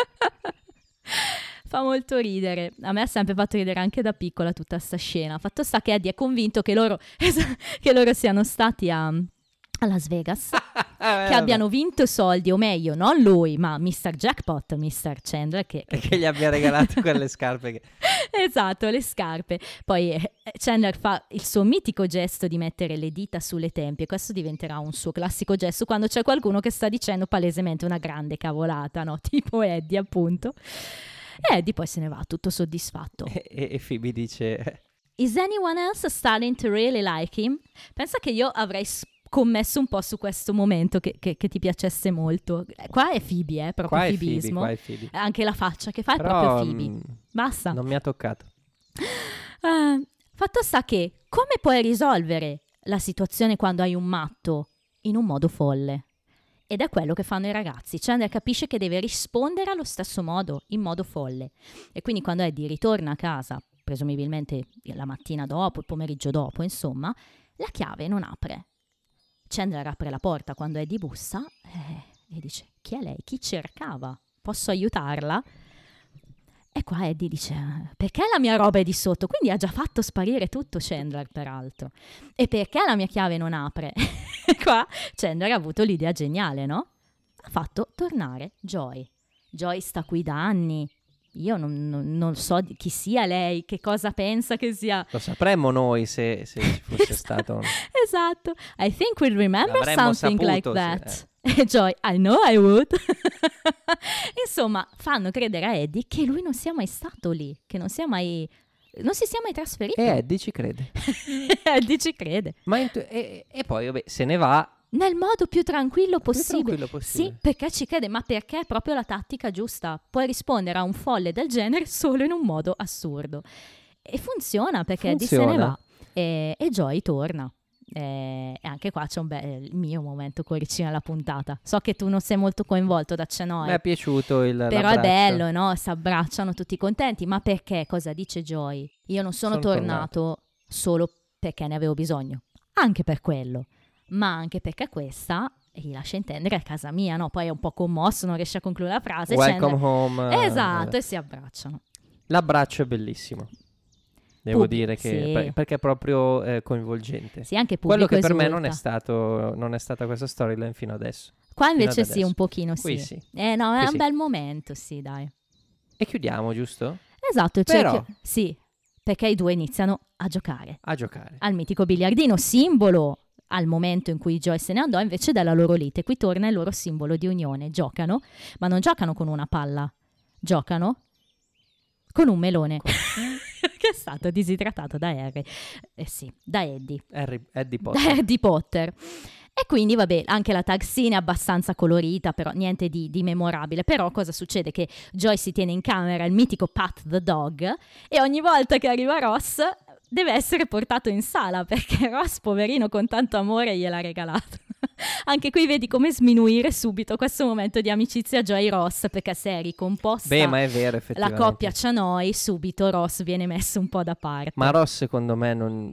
fa molto ridere. A me ha sempre fatto ridere anche da piccola tutta sta scena. Fatto sta che Eddie è convinto che loro, che loro siano stati a, a Las Vegas, che abbiano vinto soldi, o meglio, non lui, ma mister Jackpot, mister Chandler, che, E che gli abbia regalato quelle scarpe che... esatto, le scarpe. Poi eh, Chandler fa il suo mitico gesto di mettere le dita sulle tempie. Questo diventerà un suo classico gesto quando c'è qualcuno che sta dicendo palesemente una grande cavolata, no? Tipo Eddie, appunto. E Eddie poi se ne va tutto soddisfatto. E, e, e Phoebe dice... Is anyone else starting to really like him? Pensa che io avrei scommesso un po' su questo momento che, che, che ti piacesse molto. Qua è Phoebe, eh, proprio Qua è Phoebe, Phoebismo. qua è Phoebe. Anche la faccia che fa è Però, proprio Phoebe. mm, Basta. non mi ha toccato. Ah, fatto sta che come puoi risolvere la situazione quando hai un matto? In un modo folle. Ed è quello che fanno i ragazzi. Chandler capisce che deve rispondere allo stesso modo, in modo folle. E quindi quando Eddie ritorna a casa, presumibilmente la mattina dopo, il pomeriggio dopo, insomma, la chiave non apre. Chandler apre la porta quando Eddie bussa eh, e dice: chi è lei? Chi cercava? Posso aiutarla? E qua Eddie dice: perché la mia roba è di sotto? Quindi ha già fatto sparire tutto Chandler, peraltro. E perché la mia chiave non apre? E qua Chandler ha avuto l'idea geniale, no? Ha fatto tornare Joy. Joy sta qui da anni. Io non, non, non so di chi sia lei, che cosa pensa che sia. Lo sapremmo noi se, se ci fosse stato un... Esatto. I think we'll remember L'avremmo something saputo, like that. sì, E Joy, I know I would. Insomma, fanno credere a Eddie che lui non sia mai stato lì, che non sia mai... non si sia mai trasferito. E Eddie ci crede. Eddie ci crede. Ma in tu- e, e poi, vabbè, se ne va... Nel modo più tranquillo più possibile. tranquillo possibile. Sì, perché ci crede, ma perché è proprio la tattica giusta. Puoi rispondere a un folle del genere solo in un modo assurdo. E funziona, perché Eddie se ne Funziona. va e, e Joy torna. E, e anche qua c'è un bel il mio momento cuoricino alla puntata. So che tu non sei molto coinvolto da Chenoy. Mi è piaciuto il Però l'abbraccio. è bello, no? Si abbracciano tutti contenti. Ma perché? Cosa dice Joy? Io non sono, Sono tornato solo perché ne avevo bisogno. Anche per quello. Ma anche perché questa gli lascia intendere è casa mia, no? Poi è un po' commosso, non riesce a concludere la frase. Welcome Chandler- home. Esatto, eh, e si abbracciano. L'abbraccio è bellissimo. Devo Pub- dire che sì. per- perché è proprio eh, coinvolgente. Sì, anche Quello pubblico che per me esulta. non è stato non è stata questa storyline fino adesso. Qua fino invece ad sì, adesso. un pochino sì. Qui sì. Eh no, è Qui un sì. bel momento, sì, dai. E chiudiamo, giusto? Esatto, il Però- cerchio- sì, perché i due iniziano a giocare. A giocare. Al mitico biliardino, simbolo al momento in cui Joy se ne andò invece dalla loro lite. Qui torna il loro simbolo di unione. Giocano, ma non giocano con una palla, giocano con un melone che è stato disidratato da Harry. Eh sì, da Eddie. Harry, Eddie Da Potter. Harry Potter. E quindi, vabbè, anche la tag scene è abbastanza colorita, però niente di, di memorabile. Però cosa succede? Che Joy si tiene in camera il mitico Pat the Dog e ogni volta che arriva Ross deve essere portato in sala perché Ross, poverino, con tanto amore gliel'ha regalato. Anche qui vedi come sminuire subito questo momento di amicizia Joy-Ross, perché se è ricomposta Beh, ma è vero la effettivamente. coppia Chenoy, subito Ross viene messo un po' da parte. Ma Ross secondo me non...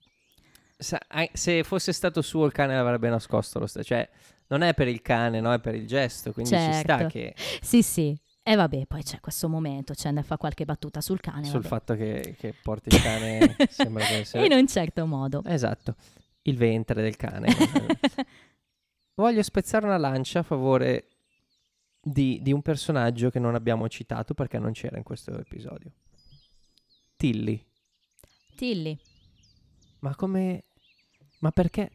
sa- ai- Se fosse stato suo il cane l'avrebbe nascosto lo stesso. Cioè, non è per il cane, no? È per il gesto. Quindi ci sta Certo. che... Sì, sì. E vabbè, poi c'è questo momento, Chandler fa qualche battuta sul cane. sul vabbè. fatto che, che porti il cane sembra che sia... In un certo modo. Esatto, il ventre del cane. Voglio spezzare una lancia a favore di, di un personaggio che non abbiamo citato perché non c'era in questo episodio. Tilly. Tilly. Ma come... Ma perché?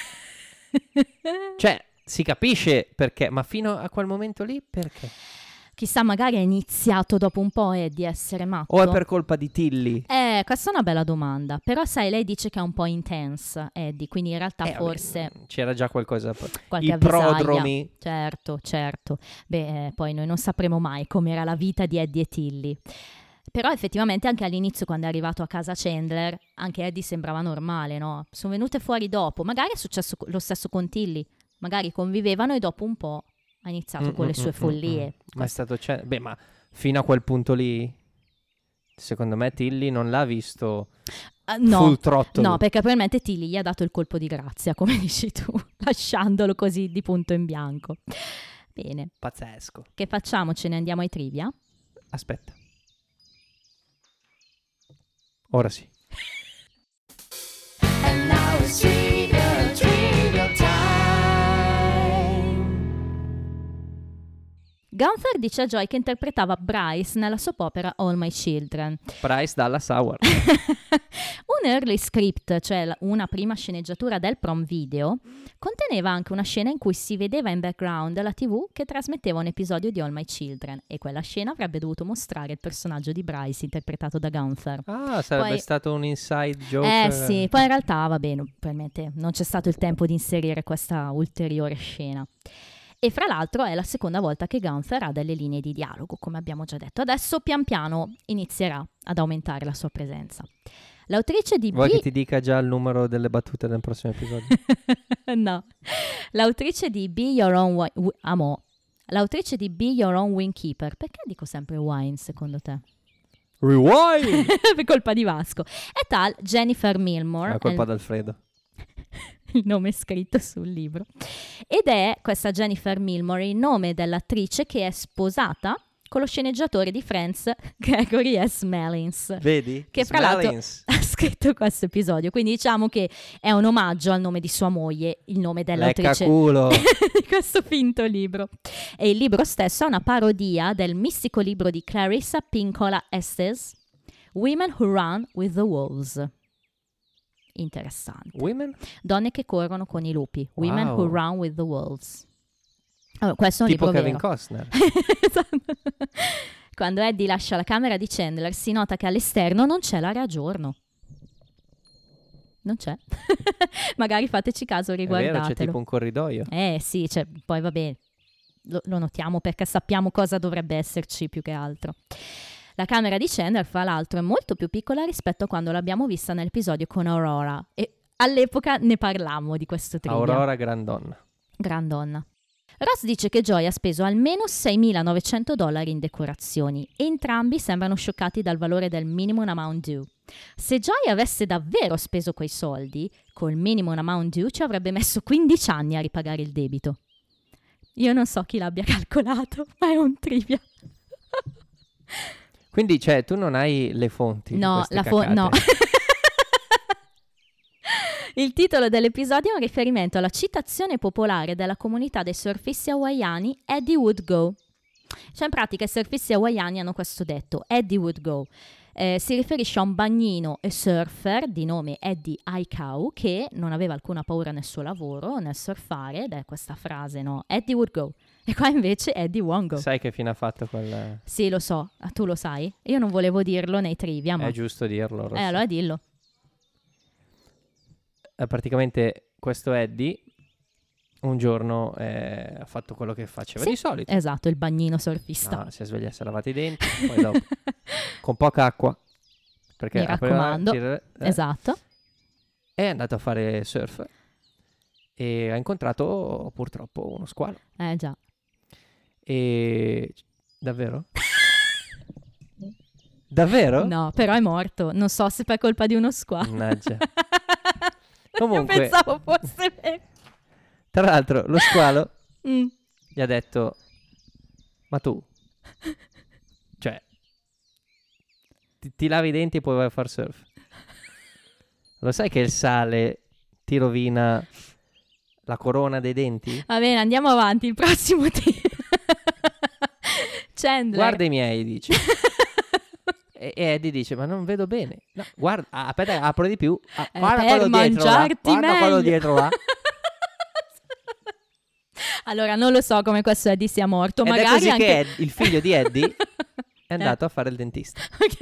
Cioè, si capisce perché, ma fino a quel momento lì perché? Chissà, magari ha iniziato dopo un po' eh, di essere matto. O è per colpa di Tilly? Eh, questa è una bella domanda. Però sai, lei dice che è un po' intense, Eddie, quindi in realtà Eh, forse vabbè, c'era già qualcosa. qualche I avvisaglia. prodromi. Certo, certo. Beh, eh, poi noi non sapremo mai com'era la vita di Eddie e Tilly. Però effettivamente anche all'inizio, quando è arrivato a casa Chandler, anche Eddie sembrava normale, no? Sono venute fuori dopo. Magari è successo co- lo stesso con Tilly. Magari convivevano e dopo un po' ha iniziato Mm, con le mm, sue mm, follie. mm, mm. Ma è stato... Cioè, beh, ma fino a quel punto lì, secondo me Tilly non l'ha visto Ah, no, full throttle. no, perché probabilmente Tilly gli ha dato il colpo di grazia, come dici tu, lasciandolo così di punto in bianco. Bene, Pazzesco. che facciamo? Ce ne andiamo ai trivia? Aspetta. Ora sì. And now it's trivia, trivia time. Gunther dice a Joy che interpretava Bryce nella soap opera All My Children. Bryce Dallas Howard. Un early script, cioè la- una prima sceneggiatura del prom video, conteneva anche una scena in cui si vedeva in background la tivù che trasmetteva un episodio di All My Children e quella scena avrebbe dovuto mostrare il personaggio di Bryce interpretato da Gunther. Ah, sarebbe Poi- stato un inside joke. Eh sì, poi in realtà va bene, probabilmente non c'è stato il tempo di inserire questa ulteriore scena. E fra l'altro è la seconda volta che Gunther ha delle linee di dialogo, come abbiamo già detto. Adesso pian piano inizierà ad aumentare la sua presenza. L'autrice di Vuoi B... che ti dica già il numero delle battute nel prossimo episodio? no. L'autrice di Be Your Own Wi- wi- amo. L'autrice di Be Your Own Winekeeper. Perché dico sempre wine secondo te? Rewind! Per colpa di Vasco. È tal Jennifer Milmore. È colpa è il- d'Alfredo. il nome scritto sul libro. Ed è questa Jennifer Milmore il nome dell'attrice che è sposata con lo sceneggiatore di Friends, Gregory S. Malins. Vedi? Che fra l'altro Smellings. ha scritto questo episodio, quindi diciamo che è un omaggio al nome di sua moglie, il nome dell'autrice Leccaculo. di questo finto libro. E il libro stesso è una parodia del mistico libro di Clarissa Pinkola Estes, Women Who Run with the Wolves. Interessante. Women? Donne che corrono con i lupi. Women Wow. Who Run with the Wolves. Allora, questo è un Tipo libro Kevin vero. Costner. Esatto. Quando Eddie lascia la camera di Chandler si nota che all'esterno non c'è l'area giorno. Non c'è. Magari fateci caso, È vero, riguardatelo. c'è tipo un corridoio. Eh sì, cioè, poi va bene, lo, lo notiamo perché sappiamo cosa dovrebbe esserci più che altro. La camera di Chandler, fra l'altro, è molto più piccola rispetto a quando l'abbiamo vista nell'episodio con Aurora. E all'epoca ne parlammo di questo trivia. Aurora Grandonna. Gran donna. Ross dice che Joy ha speso almeno seimilanovecento dollari in decorazioni. Entrambi sembrano scioccati dal valore del minimum amount due. Se Joy avesse davvero speso quei soldi, col minimum amount due ci avrebbe messo quindici anni a ripagare il debito. Io non so chi l'abbia calcolato, ma è un trivia. Quindi, cioè, tu non hai le fonti di No, queste la fo- cacate? no. Il titolo dell'episodio è un riferimento alla citazione popolare della comunità dei surfisti hawaiani Eddie Would Go. Cioè, in pratica i surfisti hawaiani hanno questo detto, Eddie Would Go. Eh, si riferisce a un bagnino e surfer di nome Eddie Aikau che non aveva alcuna paura nel suo lavoro, nel surfare, ed è questa frase, no? Eddie Would Go. E qua invece Eddie Won't Go. Sai che fine ha fatto quel... Sì, lo so. Ah, tu lo sai? Io non volevo dirlo nei trivia, ma... È giusto dirlo. Rosso. Eh, allora dillo. Eh, praticamente questo Eddie un giorno eh, ha fatto quello che faceva Sì, di solito. Esatto, il bagnino surfista. No, si è svegliato, si è lavato i denti, poi dopo con poca acqua, perché Mi apriva- raccomando. tira- eh, Esatto. è andato a fare surf e ha incontrato purtroppo uno squalo. Eh già. E davvero? Davvero? No, però è morto. Non so se per colpa di uno squalo. Mannaggia. Io Comunque- pensavo fosse vero. Tra l'altro lo squalo Mm. gli ha detto: ma tu, cioè, ti, ti lavi i denti e poi vai a far surf? Lo sai che il sale ti rovina la corona dei denti? Va bene, andiamo avanti. Il prossimo tema. Chandler. Guarda i miei, dice. E e Eddie dice: ma non vedo bene. No, guarda, ah, aspetta, apro di più. Ah, Eh, guarda per quello dietro là. mangiarti Guarda quello meglio. dietro là. Allora, non lo so come questo Eddie sia morto. Ed è Magari così anche... che Ed- il figlio di Eddie è Eh. andato a fare il dentista. Ok.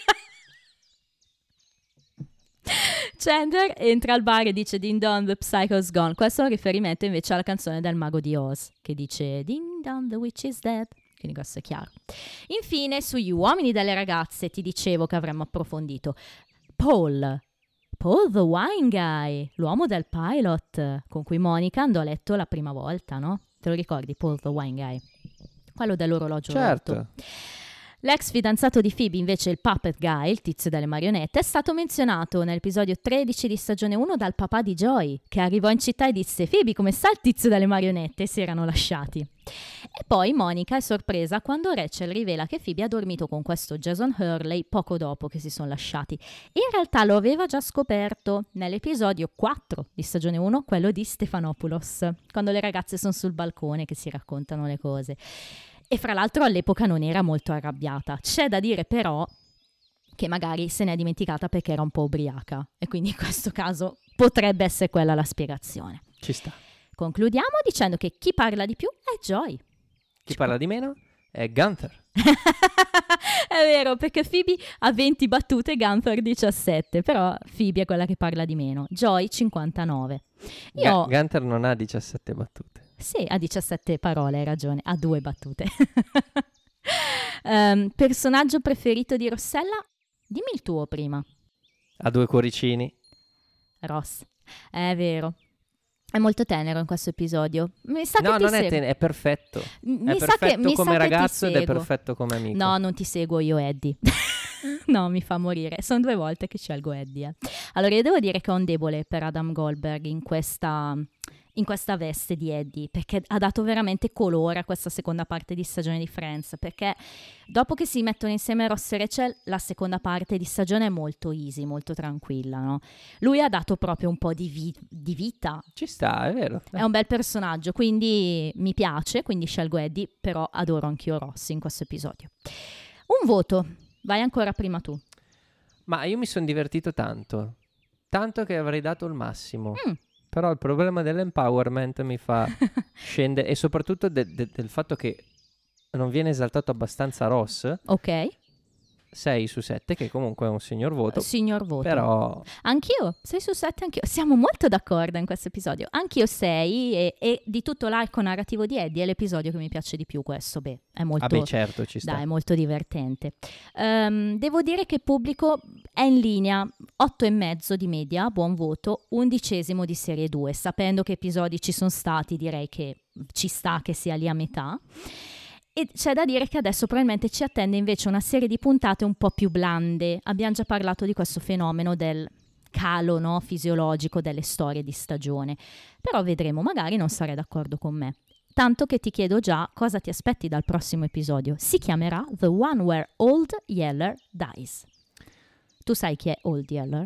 Chandler entra al bar e dice Ding Dong, the psycho's gone. Questo è un riferimento invece alla canzone del Mago di Oz, che dice Ding Dong, the witch is dead. Quindi questo è chiaro. Infine, sugli uomini delle ragazze, ti dicevo che avremmo approfondito. Paul. Paul the wine guy, l'uomo del pilot, con cui Monica andò a letto la prima volta, no? Te lo ricordi, Paul the wine guy? Quello dell'orologio Certo. rotto. L'ex fidanzato di Phoebe, invece il puppet guy, il tizio delle marionette, è stato menzionato nell'episodio tredici di stagione uno dal papà di Joy, che arrivò in città e disse Phoebe, come sta il tizio delle marionette? E si erano lasciati. E poi Monica è sorpresa quando Rachel rivela che Phoebe ha dormito con questo Jason Hurley poco dopo che si sono lasciati. In realtà lo aveva già scoperto nell'episodio quattro di stagione uno, quello di Stephanopoulos, quando le ragazze sono sul balcone che si raccontano le cose. E fra l'altro all'epoca non era molto arrabbiata. C'è da dire però che magari se n'è dimenticata perché era un po' ubriaca. E quindi in questo caso potrebbe essere quella la spiegazione. Ci sta. Concludiamo dicendo che chi parla di più è Joy. Chi parla di meno è Gunther. È vero, perché Phoebe ha venti battute e Gunther diciassette, però Phoebe è quella che parla di meno. Joy cinquantanove. Io... Ga- Gunther non ha diciassette battute. Sì, ha diciassette parole, hai ragione, ha due battute. um, personaggio preferito di Rossella? Dimmi il tuo prima. Ha due cuoricini. Ross. È vero. È molto tenero in questo episodio. Mi sa No, che ti non è, seguo. ten- è perfetto. Mi È sa perfetto che, mi come sa che ti ragazzo ed è seguo. perfetto come amico. No, non ti seguo io, Eddie. No, mi fa morire. Sono due volte che scelgo Eddie. eh. Allora, io devo dire che ho un debole per Adam Goldberg in questa, in questa veste di Eddie, perché ha dato veramente colore a questa seconda parte di stagione di Friends, perché dopo che si mettono insieme Ross e Rachel, la seconda parte di stagione è molto easy, molto tranquilla, no? Lui ha dato proprio un po' di, vi- di vita. Ci sta, è vero. È un bel personaggio, quindi mi piace, quindi scelgo Eddie, però adoro anch'io Ross in questo episodio. Un voto, vai ancora prima tu. Ma io mi sono divertito tanto, tanto che avrei dato il massimo. Mm. Però il problema dell'empowerment mi fa scendere, e soprattutto de- de- del fatto che non viene esaltato abbastanza Ross. Ok. sei su sette, che comunque è un signor voto. Signor voto. Però Anch'io, sei su sette anch'io. Siamo molto d'accordo in questo episodio. Anch'io sei e, e di tutto l'arco narrativo di Eddie è l'episodio che mi piace di più questo. Beh, è molto... ah beh, certo, ci sta. Dai, è molto divertente. Ehm, devo dire che il pubblico è in linea, otto e mezzo di media, buon voto, undicesimo di serie due. Sapendo che episodi ci sono stati, direi che ci sta che sia lì a metà. E c'è da dire che adesso probabilmente ci attende invece una serie di puntate un po' più blande. Abbiamo già parlato di questo fenomeno del calo, no, fisiologico delle storie di stagione. Però vedremo, magari non sarai d'accordo con me. Tanto che ti chiedo già cosa ti aspetti dal prossimo episodio. Si chiamerà The One Where Old Yeller Dies. Tu sai chi è Old Yeller?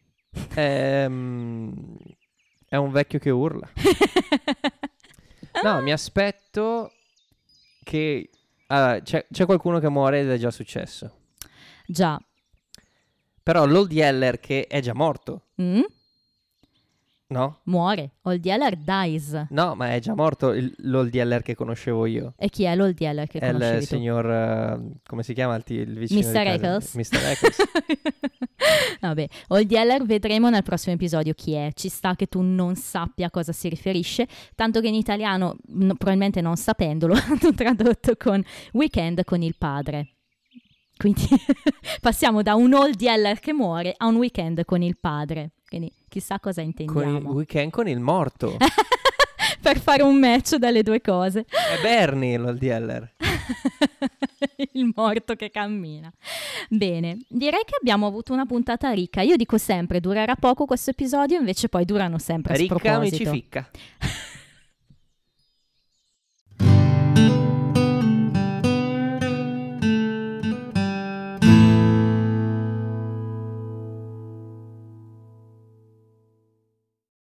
Ehm, è un vecchio che urla. No, mi aspetto che uh, c'è, c'è qualcuno che muore ed è già successo. Già. Però l'Old Yeller che è già morto, Mm? no? Muore. Old Yeller dies. No, ma è già morto il- l'Old Yeller che conoscevo io. E chi è l'Old Yeller che È il conoscevi tu? signor, uh, come si chiama il, ti- il vicino di mister casa? Eccles. mister Eccles. Vabbè, Old Yeller vedremo nel prossimo episodio chi è. Ci sta che tu non sappia a cosa si riferisce, tanto che in italiano, n- probabilmente non sapendolo, hanno tradotto con Weekend con il padre. Quindi passiamo da un Old Yeller che muore a un weekend con il padre. Quindi chissà cosa Con intendiamo. il weekend con il morto. Per fare un match dalle due cose. È Bernie l'Old Yeller. Il morto che cammina. Bene, direi che abbiamo avuto una puntata ricca. Io dico sempre, durerà poco questo episodio, invece poi durano sempre a Ricca mi ci sproposito. ficca.